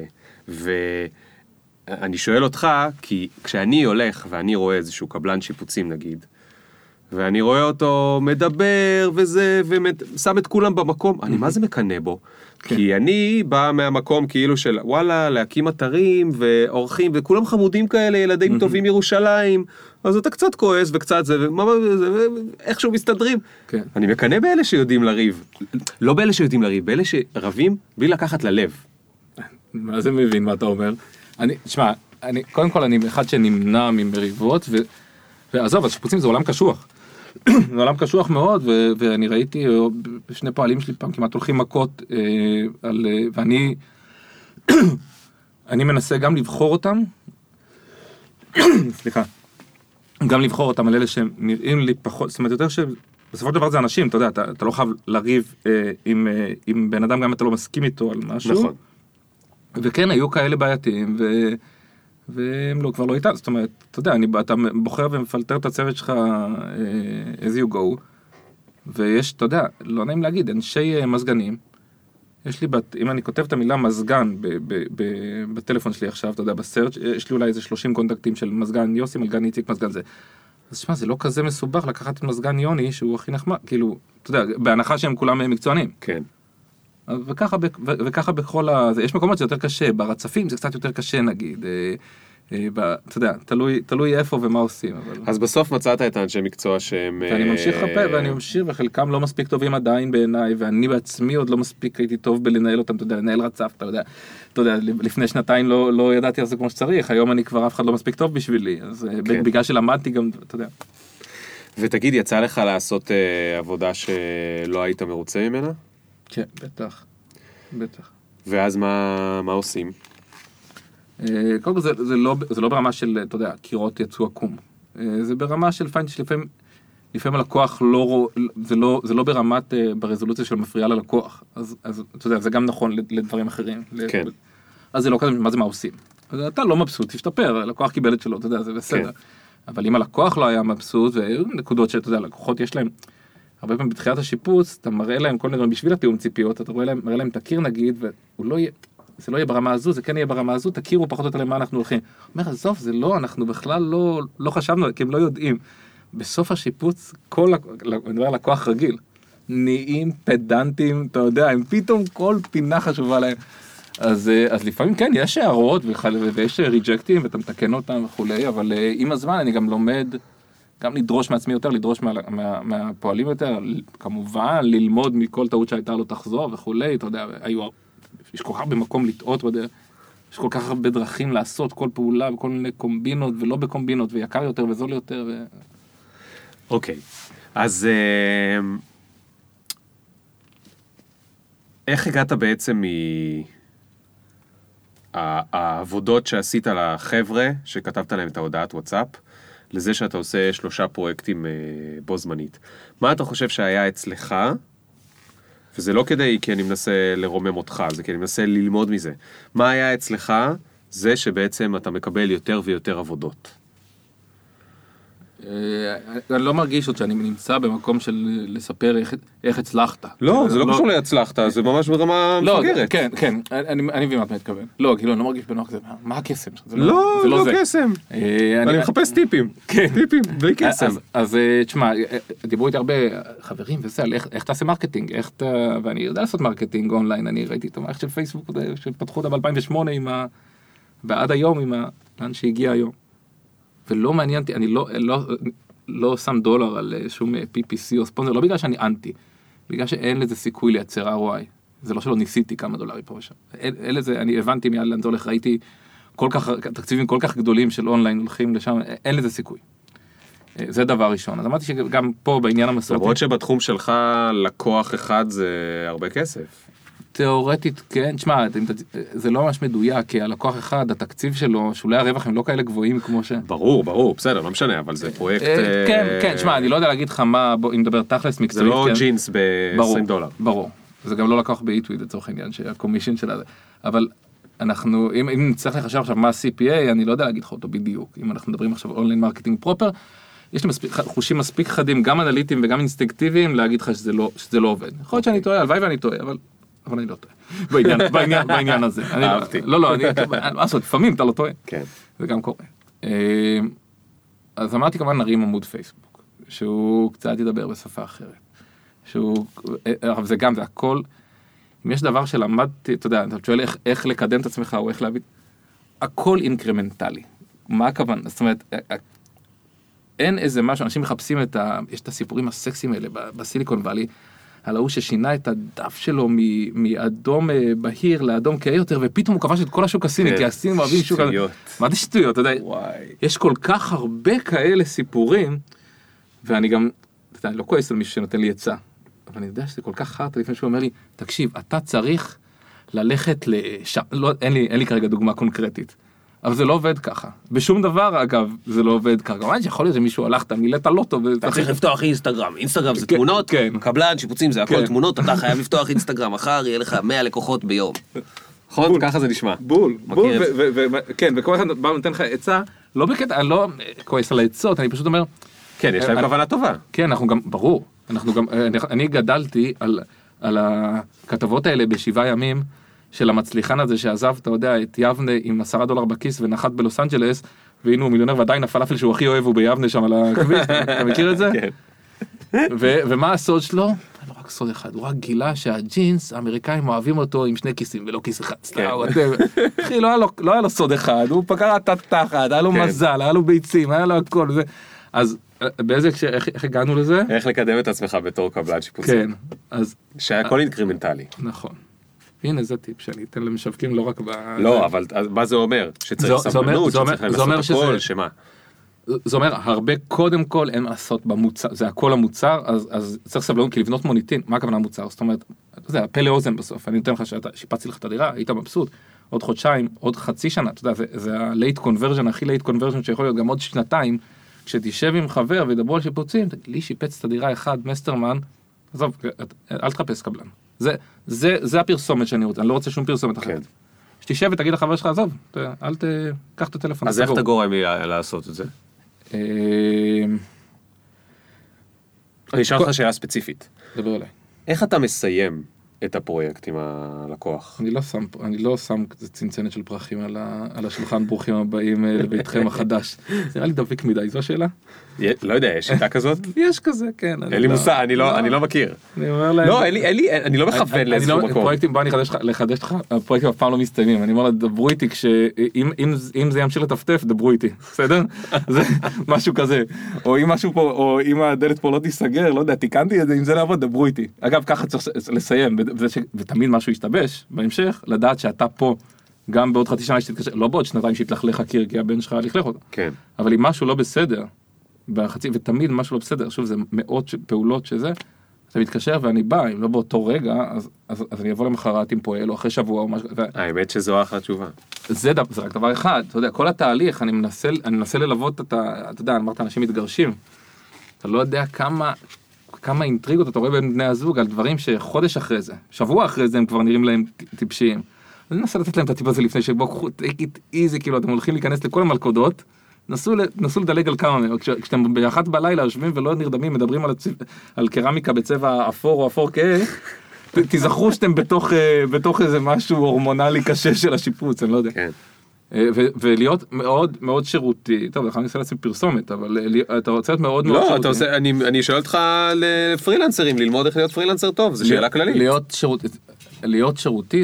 ואני שואל אותך, כי כשאני הולך ואני רואה איזשהו קבלן שיפוצים נגיד, ואני רואה אותו מדבר וזה, ושם את כולם במקום, אני מה זה מקנה בו? כי אני בא מהמקום כאילו של וואלה, להקים אתרים ואורחים, וכולם חמודים כאלה, ילדים טובים ירושלים, אז אתה קצת כועס וקצת זה, ואיכשהו מסתדרים. אני מקנה באלה שיודעים לריב, לא באלה שיודעים לריב, באלה שרבים בלי לקחת ללב. מה זה מבין מה אתה אומר? תשמע, קודם כל אני אחד שנמנע ממריבות, ועזוב, אז שיפוצים זה עולם קשוח. זה עולם קשוח מאוד, ואני ראיתי בשני פועלים שלי פעם כמעט הולכים מכות, ואני מנסה גם לבחור אותם, סליחה, גם לבחור אותם על אלה שנראים לי פחות, זאת אומרת יותר שבסופו של דבר זה אנשים, אתה יודע, אתה לא חייב לריב עם בן אדם גם אם אתה לא מסכים איתו על משהו. נכון. וכן, היו כאלה בעייתיים, והם לא, כבר לא איתן, זאת אומרת, אתה יודע, אתה בוחר ומפלטר את הצוות שלך as you go, ויש, אתה יודע, לא נעים להגיד, אנשי מזגנים, יש לי, אם אני כותב את המילה מזגן בטלפון שלי עכשיו, אתה יודע, בסרצ' יש לי אולי איזה 30 קונטקטים של מזגן יוסי, מזגן איציק, מזגן זה. אז תשמע, זה לא כזה מסובך לקחת את מזגן יוני, שהוא הכי נחמד, כאילו, אתה יודע, בהנחה שהם כולם מקצוענים. כן. וככה בכל יש מקומות שזה יותר קשה, ברצפים זה קצת יותר קשה נגיד, אתה יודע, תלוי איפה ומה עושים. אז בסוף מצאת את האנשי מקצוע שהם... ואני ממשיך לחפש, ואני ממשיך, וחלקם לא מספיק טובים עדיין בעיניי, ואני בעצמי עוד לא מספיק הייתי טוב בלנהל אותם, אתה יודע, לנהל רצף, אתה יודע, לפני שנתיים לא ידעתי על זה כמו שצריך, היום אני כבר אף אחד לא מספיק טוב בשבילי, אז בגלל שלמדתי גם, אתה יודע. ותגיד, יצא לך לעשות עבודה שלא היית מרוצה ממנה? כן, בטח. ואז מה עושים? קודם כל זה לא ברמה של, אתה יודע, קירות יצאו עקום. זה ברמה של לפעמים הלקוח זה לא ברמת, ברזולוציה של מפריעה ללקוח. אז אתה יודע, זה גם נכון לדברים אחרים. כן. אז זה לא כזה, מה עושים? אז אתה לא מבסוט, תשתפר, הלקוח קיבל את שלו, אתה יודע, זה בסדר. אבל אם הלקוח לא היה מבסוט, ונקודות שאתה יודע, לקוחות יש להם, הרבה פעמים בתחילת השיפוץ, אתה מראה להם כל נראה בשביל התיאום ציפיות, אתה מראה להם תכיר נגיד, והוא לא יהיה, זה לא יהיה ברמה הזו, זה כן יהיה ברמה הזו, תכירו פחות או יותר למה אנחנו הולכים. הוא אומר, עזוב, זה לא, אנחנו בכלל לא חשבנו, כי הם לא יודעים. בסוף השיפוץ, אני מדבר על לקוח רגיל, נהיים פדנטים, אתה יודע, הם פתאום כל פינה חשובה להם. אז לפעמים כן, יש הערות ויש ריג'קטים, ואתה מתקן אותם וכולי, אבל עם הזמן אני גם לומד, גם לדרוש מעצמי יותר, לדרוש מהפועלים יותר, כמובן, ללמוד מכל טעות שהייתה לו תחזור וכולי, אתה יודע, יש כל כך הרבה מקום לטעות בדרך, יש כל כך הרבה דרכים לעשות כל פעולה, וכל מיני קומבינות ולא בקומבינות, ויקר יותר וזול יותר. אוקיי, אז איך הגעת בעצם העבודות שעשית לחבר'ה, שכתבת להם את ההודעת וואטסאפ, לזה שאתה עושה 3 פרויקטים בו זמנית. מה אתה חושב שהיה אצלך? וזה לא כי אני מנסה לרומם אותך, זה כי אני מנסה ללמוד מזה. מה היה אצלך? זה שבעצם אתה מקבל יותר ויותר עבודות. אני לא מרגיש עוד שאני נמצא במקום של לספר איך הצלחת. לא, זה לא קשור להצלחת, זה ממש ברמה מפגרת. כן, אני מבין מה אתה מתכוון. לא, כאילו, אני לא מרגיש בנוח כזה, מה הקסם? לא קסם. אני מחפש טיפים. טיפים, בלי קסם. אז תשמע, דיברו איתי הרבה חברים וזה, על איך תעשה מרקטינג, ואני יודע לעשות מרקטינג אונליין, אני ראיתי את המערכת של פייסבוק, שפתחו אותה ב-2008, ועד היום, לאן שהגיע היום. ולא מעניינתי, אני לא שם דולר על שום PPC או ספונסר, לא בגלל שאני אנטי, בגלל שאין לזה סיכוי לייצר ROI. זה לא שלא ניסיתי כמה דולרים פה ושם. אין לזה, אני הבנתי מיד לאן זה הולך, ראיתי תקציבים כל כך גדולים של אונליין הולכים לשם, אין לזה סיכוי. זה דבר ראשון. אז אמרתי שגם פה בעניין המסורתי... למרות שבתחום שלך לקוח אחד זה הרבה כסף. תיאורטית, כן, תשמע, זה לא ממש מדויק, כי הלקוח אחד, התקציב שלו, שולי הרווח הם לא כאלה גבוהים כמו ש... ברור, בסדר, לא משנה, אבל זה פרויקט... כן, תשמע, אני לא יודע להגיד לך מה, אם נדבר תכלס מקצועית... זה לא ג'ינס ב-$20. ברור, זה גם לא לקוח ב-eTweet לצורך העניין, שהקומישן שלה זה, אבל אנחנו, אם נצטרך לחשב עכשיו מה ה-CPA, אני לא יודע להגיד לך אותו בדיוק, אם אנחנו מדברים עכשיו אונליין מרקטינג פרופר, יש לי חושים מספיק חדים, גם אנליטיים וגם אינסטינקטיביים, להגיד לך שזה לא עובד. יכול להיות שאני טועה, הלוואי ואני טועה, אבל אני לא טועה. בעניין הזה. אהבתי. לא, לפעמים אתה לא טועה. כן. זה גם קורה. אז אמרתי כמובן נרים עמוד פייסבוק, שהוא קצת ידבר בשפה אחרת. אבל זה גם, זה הכל, אם יש דבר שלמדתי, אתה יודע, אתה שואל איך לקדם את עצמך, או איך להביא, הכל אינקרמנטלי. מה הכוונה? זאת אומרת, אין איזה משהו, אנשים מחפשים יש את הסיפורים הסקסיים האלה בסיליקון ואלי, על ההוא ששינה את הדף שלו מאדום בהיר לאדום כהה יותר, ופתאום הוא כבש את כל השוק הסיני, כי הסינים אוהבים שוק... שטויות. מה זה שטויות? אתה יודע, יש כל כך הרבה כאלה סיפורים, ואני גם, אתה יודע, אני לא כועס על מישהו שנותן לי עצה, אבל אני יודע שזה כל כך חרטה לפני שהוא אומר לי, תקשיב, אתה צריך ללכת לשם, לא, אין לי כרגע דוגמה קונקרטית, אבל זה לא עובד ככה. בשום דבר, אגב, זה לא עובד ככה. גם יכול להיות שמישהו הלך, אתה מילאת לוטו. אתה צריך לפתוח אינסטגרם. אינסטגרם זה תמונות, קבלן, שיפוצים, זה הכל תמונות, אתה חייב לפתוח אינסטגרם. מחר יהיה לך 100 לקוחות ביום. נכון? ככה זה נשמע. בול. כן, וכל אחד בא ונותן לך עצה, לא בקטע, אני לא כועס על העצות, אני פשוט אומר... כן, יש להם כוונה טובה. כן, אנחנו גם, ברור. אני גדלתי על הכתבות האלה ב7 ימים, של המצליחן הזה שעזב, אתה יודע, את יבנה עם $10 בכיס ונחת בלוס אנג'לס, והנה הוא מיליונר ועדיין הפלאפל שהוא הכי אוהב הוא ביבנה שם על הכביש, אתה מכיר את זה? כן. ומה הסוד שלו? לא רק סוד אחד, הוא רק גילה שהג'ינס, האמריקאים אוהבים אותו עם 2 כיסים ולא כיס אחד. אחי, לא היה לו סוד אחד, הוא פקר תחת, היה לו מזל, היה לו ביצים, היה לו הכל. אז באיזה, איך הגענו לזה? איך לקדם את עצמך בתור קבלן שיפוצים. כן, אז... שהכל אינקרימנטלי. נכון. הנה זה טיפ שאני אתן למשווקים לא רק ב... לא, אבל מה זה אומר? שצריך סבלנות, שצריך לעשות הכל, שמה? זה אומר, הרבה קודם כל אין לעשות במוצר, זה הכל המוצר, אז צריך סבלנות, כי לבנות מוניטין, מה הכוונה מוצר? זאת אומרת, זה הפלא אוזן בסוף, אני נותן לך שיפצתי לך את הדירה, היית מבסוט, עוד חודשיים, עוד חצי שנה, אתה יודע, זה ה-late conversion, הכי late conversion שיכול להיות גם עוד 2, כשתשב עם חבר וידברו על שיפוצים, לי שיפץ את הדירה אחד, מסטרמן, עזוב, אל תחפש קבלן. זה הפרסומת שאני רוצה, אני לא רוצה שום פרסומת אחרת. שתשב ותגיד לחבר שלך, עזוב, אל תקח את הטלפון. אז איך אתה גורם לעשות את זה? אני אשאל אותך שאלה ספציפית. דבר אליי. איך אתה מסיים את הפרויקט עם הלקוח? אני לא שם צנצנת של פרחים על השולחן, ברוכים הבאים לביתכם החדש. זה נראה לי דביק מדי, זו השאלה? לא יודע, יש שיטה כזאת? יש כזה, כן. אין לי מושג, אני לא מכיר. אני אומר להם... לא, אני לא מכוון לאיזשהו מקום. פרויקטים, בוא אני לחדש לך, הפרויקטים אף פעם לא מסתיימים. אני אומר לה, דברו איתי, אם זה ימשיך לטפטף, דברו איתי, בסדר? זה משהו כזה. או אם משהו פה, או אם הדלת פה לא תיסגר, לא יודע, תיקנתי את זה, אם זה לעבוד, דברו איתי. אגב, ככה צריך לסיים, ותמיד משהו ישתבש בהמשך, לדעת שאתה פה, גם בעוד חצי שנה שתתקשר, לא בעוד 2 שיתלכלך הקיר, כי הבן שלך לכלך אותו. כן. אבל אם משהו לא בסדר, ותמיד משהו לא בסדר, שוב, זה מאות פעולות שזה, אתה מתקשר ואני בא, אם לא באותו רגע, אז אני אבוא למחרת עם פועל, או אחרי שבוע או משהו. האמת שזו אחלה תשובה. זה רק דבר אחד, אתה יודע, כל התהליך, אני מנסה ללוות אתה יודע, אמרת, אנשים מתגרשים, אתה לא יודע כמה אינטריגות אתה רואה בין בני הזוג על דברים שחודש אחרי זה, שבוע אחרי זה הם כבר נראים להם טיפשיים. אני מנסה לתת להם את הטיפ הזה לפני שבו, take it easy, כאילו, אתם הולכים להיכנס לכל המלכודות, נסו לדלג על כמה מהם, כשאתם באחת בלילה יושבים ולא נרדמים, מדברים על קרמיקה בצבע אפור או אפור כהה, תזכרו שאתם בתוך איזה משהו הורמונלי קשה של השיפוץ, אני לא יודע. ולהיות מאוד מאוד שירותי, טוב, אני אעשה לעצמי פרסומת, אבל אתה רוצה להיות מאוד מאוד שירותי. לא, אני שואל אותך לפרילנסרים, ללמוד איך להיות פרילנסר טוב, זו שאלה כללית. להיות שירותי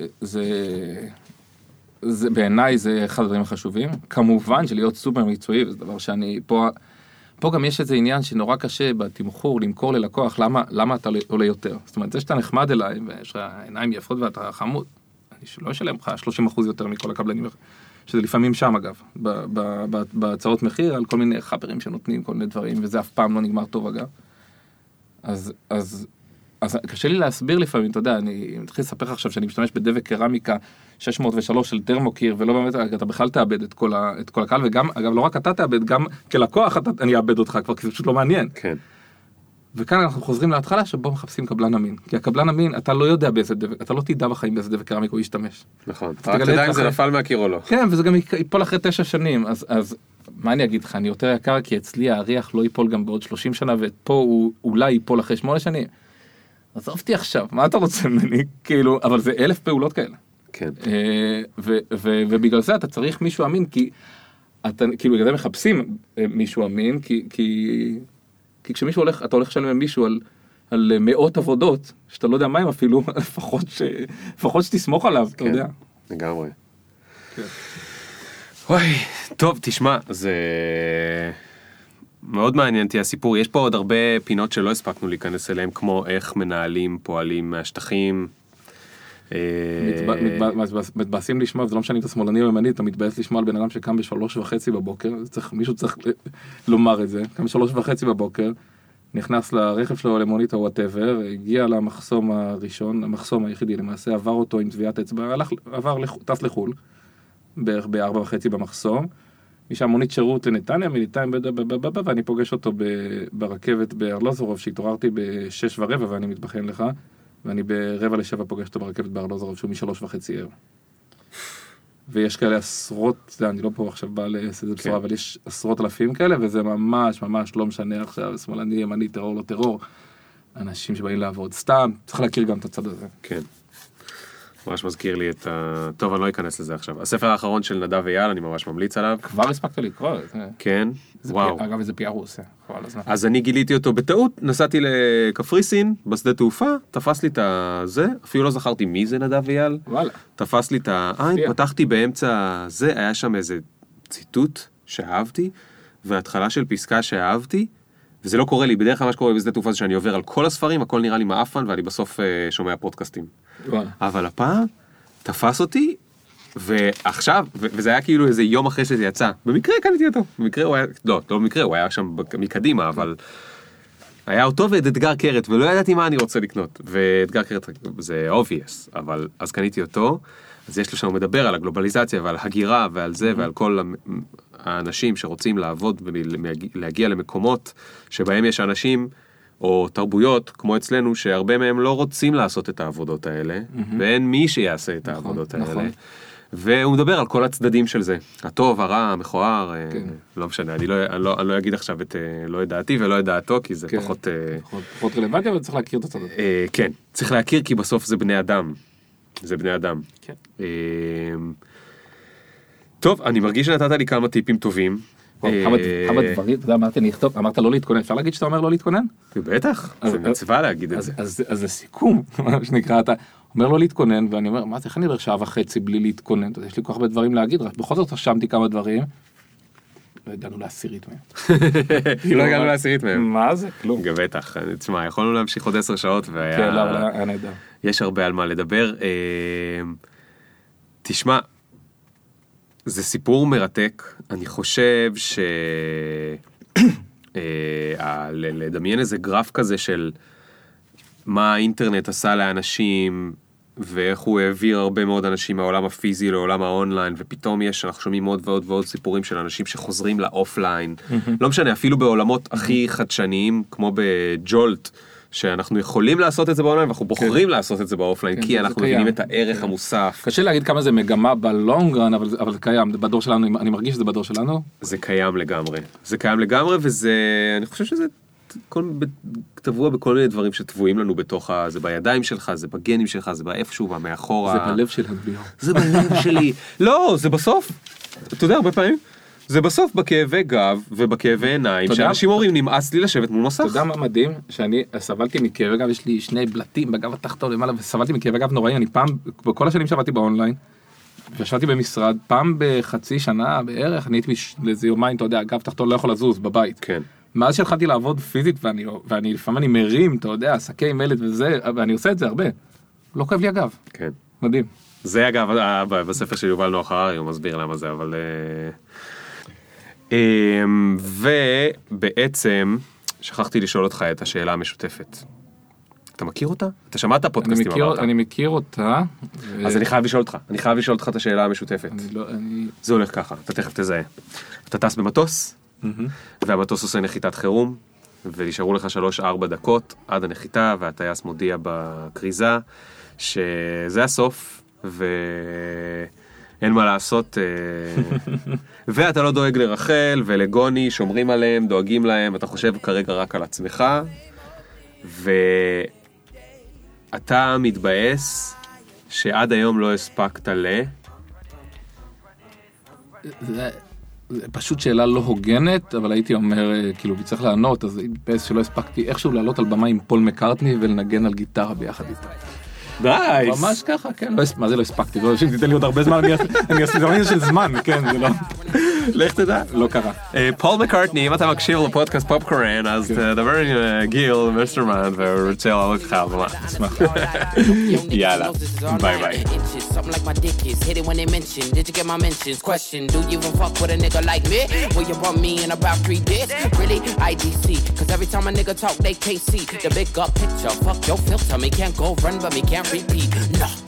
זה בעיניי זה אחד הדברים החשובים, כמובן שלהיות סופר מקצועי, וזה דבר שאני, פה גם יש איזה עניין שנורא קשה בתמחור למכור ללקוח, למה אתה עולה יותר? זאת אומרת, זה שאתה נחמד אליי, ויש לך עיניים יפות ואתה חמוד, אני לא אשלם לך 30% יותר מכל הקבלנים, שזה לפעמים שם אגב, בהצעות מחיר, על כל מיני חברים שנותנים כל מיני דברים, וזה אף פעם לא נגמר טוב אגב. אז קשה לי להסביר לפעמים, אתה יודע, אני מתחיל לספר לך עכשיו שאני משתמש בדבק קרמיקה 603 של טרמוקיר, ולא באמת, אתה בכלל תאבד את כל הקהל, וגם, אגב, לא רק אתה תאבד, גם כלקוח אני אאבד אותך כבר, כי זה פשוט לא מעניין. כן. וכאן אנחנו חוזרים להתחלה שבו מחפשים קבלן אמין. כי הקבלן אמין, אתה לא יודע באיזה דבק, אתה לא תדע בחיים באיזה דבק קרמיקה הוא ישתמש. נכון. אתה תדע אם זה נפל מהקיר או לא. כן, וזה גם ייפול אחרי 9 שנים, אז מה אני אגיד לך, אני יותר יקר, כי אצלי האריח לא ייפול גם בעוד 30 שנה, ופה הוא אולי ייפול אחרי 8 שנים. עזבתי עכשיו, מה אתה רוצה ממני? כאילו, אבל זה 1000 פעולות כאלה. כן. ובגלל זה אתה צריך מישהו אמין, כי אתה, כאילו, בגלל זה מחפשים מישהו אמין, כי כשמישהו הולך, אתה הולך לשלם עם מישהו על מאות עבודות, שאתה לא יודע מה הם אפילו, לפחות שתסמוך עליו, אתה יודע. לגמרי. וואי, טוב, תשמע, זה מאוד מעניין אותי הסיפור. יש פה עוד הרבה פינות שלא הספקנו להיכנס אליהם, כמו איך מנהלים פועלים מהשטחים. מתבאסים לשמוע, זה לא משנה אם אתה שמאלני או ימני, אתה מתבאס לשמוע על בן אדם שקם ב3:30 בבוקר, מישהו צריך לומר את זה, קם ב3:30 בבוקר, נכנס לרכב שלו למונית או whatever, הגיע למחסום הראשון, המחסום היחידי למעשה, עבר אותו עם טביעת אצבע, טס לחול, בערך ב4:30 במחסום, משם מונית שירות לנתניה, מניתיים ואני פוגש אותו ברכבת בארלוזורוב, שהתעוררתי ב6:15 ואני מתבחן לך, ואני ב6:45 פוגש אותו ברכבת בארלוזורוב, שהוא מ3:30 ער. ויש כאלה עשרות, אני לא פה עכשיו בא לעשות את בשורה, אבל יש עשרות אלפים כאלה, וזה ממש ממש לא משנה עכשיו, שמאלני, ימני, טרור, לא טרור, אנשים שבאים לעבוד סתם, צריך להכיר גם את הצד הזה. כן. ממש מזכיר לי את ה... טוב, אני לא אכנס לזה עכשיו. הספר האחרון של נדב אייל, אני ממש ממליץ עליו. כבר הספקת לקרוא. כן, וואו. אגב, איזה פיאר הוא עושה. אז אני גיליתי אותו בטעות, נסעתי לקפריסין, בשדה תעופה, תפס לי את זה, אפילו לא זכרתי מי זה נדב אייל. וואלה. תפס לי את העין, פתחתי באמצע זה, היה שם איזה ציטוט שאהבתי, והתחלה של פסקה שאהבתי, וזה לא קורה לי, בדרך כלל מה שקורה בשדה תעופה זה שאני עובר על כל הספרים, הכל נראה לי מאפן, ואני בסוף שומע פודקאסטים. אבל הפעם תפס אותי, ועכשיו, וזה היה כאילו איזה יום אחרי שזה יצא, במקרה קניתי אותו, במקרה הוא היה, לא במקרה, הוא היה שם מקדימה, אבל היה אותו ואת אתגר קרת, ולא ידעתי מה אני רוצה לקנות, ואתגר קרת זה obvious, אבל אז קניתי אותו, אז יש לו שם מדבר על הגלובליזציה ועל הגירה ועל זה ועל כל האנשים שרוצים לעבוד ולהגיע למקומות שבהם יש אנשים או תרבויות כמו אצלנו שהרבה מהם לא רוצים לעשות את העבודות האלה ואין מי שיעשה את העבודות האלה והוא מדבר על כל הצדדים של זה, הטוב, הרע, המכוער, לא משנה, אני לא אגיד עכשיו את לא את דעתי ולא את דעתו כי זה פחות רלוונטי אבל צריך להכיר את הצדדים. כן, צריך להכיר כי בסוף זה בני אדם. זה בני אדם. כן. טוב, אני מרגיש שנתת לי כמה טיפים טובים. כמה דברים, אתה יודע, אמרתי אני אכתוב, אמרת לא להתכונן, אפשר להגיד שאתה אומר לא להתכונן? בטח, זה מצווה להגיד את זה. אז זה סיכום, מה שנקרא, אתה אומר לא להתכונן, ואני אומר, מה זה, איך אני עובר שעה וחצי בלי להתכונן? יש לי כל כך הרבה דברים להגיד, רק בכל זאת רשמתי כמה דברים, לא הגענו לעשירית מהם. לא הגענו לעשירית מהם. מה זה? כלום. בטח, תשמע, יכולנו להמשיך עוד 10 שעות, כן, לא, אבל היה נהדר. יש הרבה על מה לדבר. תשמע, זה סיפור מרתק. אני חושב לדמיין איזה גרף כזה של מה האינטרנט עשה לאנשים, ואיך הוא העביר הרבה מאוד אנשים מהעולם הפיזי לעולם האונליין, ופתאום אנחנו שומעים עוד ועוד ועוד סיפורים של אנשים שחוזרים לאופליין. לא משנה, אפילו בעולמות הכי חדשניים, כמו בג'ולט, שאנחנו יכולים לעשות את זה באונליין, ואנחנו בוחרים לעשות את זה באופליין, כי אנחנו מבינים את הערך המוסף. קשה להגיד כמה זה מגמה בלונגרן, אבל זה קיים, בדור שלנו, אני מרגיש שזה בדור שלנו. זה קיים לגמרי. זה קיים לגמרי, וזה, אני חושב שזה טבוע בכל מיני דברים שטבועים לנו בתוך, זה בידיים שלך, זה בגנים שלך, זה באיפשהו, במאחורה. זה בלב שלנו, ביום. זה בלב שלי. לא, זה בסוף. אתה יודע, הרבה פעמים. זה בסוף בכאבי גב ובכאבי עיניים, שאנשים אומרים, נמאס לי לשבת מול מסך. אתה יודע מה מדהים? שאני סבלתי מכאבי גב, יש לי 2 בלטים בגב התחתון למעלה, וסבלתי מכאבי גב נוראי, אני פעם, בכל השנים שעבדתי באונליין, וישבתי במשרד, פעם בחצי שנה בערך, אני הייתי לאיזה יומיים, אתה יודע, הגב תחתון לא יכול לזוז בבית. כן. מאז שהתחלתי לעבוד פיזית, ואני לפעמים אני מרים, אתה יודע, שקי מלט וזה, ואני עושה את זה הרבה. לא כואב לי הגב. כן. מדהים. זה אגב, בספר של יובל נוח הררי, הוא מסביר למה זה, אבל... ובעצם שכחתי לשאול אותך את השאלה המשותפת. אתה מכיר אותה? אתה שמעת פודקאסטים אמרת? אני מכיר אותה. אז אני חייב לשאול אותך את השאלה המשותפת. זה הולך ככה, אתה תכף תזהה. אתה טס במטוס, והמטוס עושה נחיתת חירום, ונשארו לך 3-4 דקות עד הנחיתה, והטייס מודיע בקריזה שזה הסוף, אין מה לעשות, ואתה לא דואג לרחל ולגוני, שומרים עליהם, דואגים להם, אתה חושב כרגע רק על עצמך, ואתה מתבאס שעד היום לא הספקת זה פשוט שאלה לא הוגנת, אבל הייתי אומר, כאילו, צריך לענות, אז מתבאס שלא הספקתי איכשהו לעלות על במה עם פול מקארטני ולנגן על גיטרה ביחד איתה. נייס. ממש ככה, כן. מה זה לא הספקתי? לא, תיתן לי עוד הרבה זמן, אני אעשה דברים של זמן, כן, זה לא... לך תדע. לא קרה. פול מקארטני, אם אתה מקשיב לפודקאסט פופקורן, אז תדבר עם גיל, מסטרמן, ורוצה לעלות לך על במה. אשמח. יאללה, ביי ביי. Something like my dick is hit it when they mention. Did you get my mentions? Question: do you even fuck with a nigga like me? Will you run me in about 3 days? Really? IDC. Cause every time a nigga talk, they can't see the big up picture. Fuck your filter, me can't go run, but me can't repeat. No.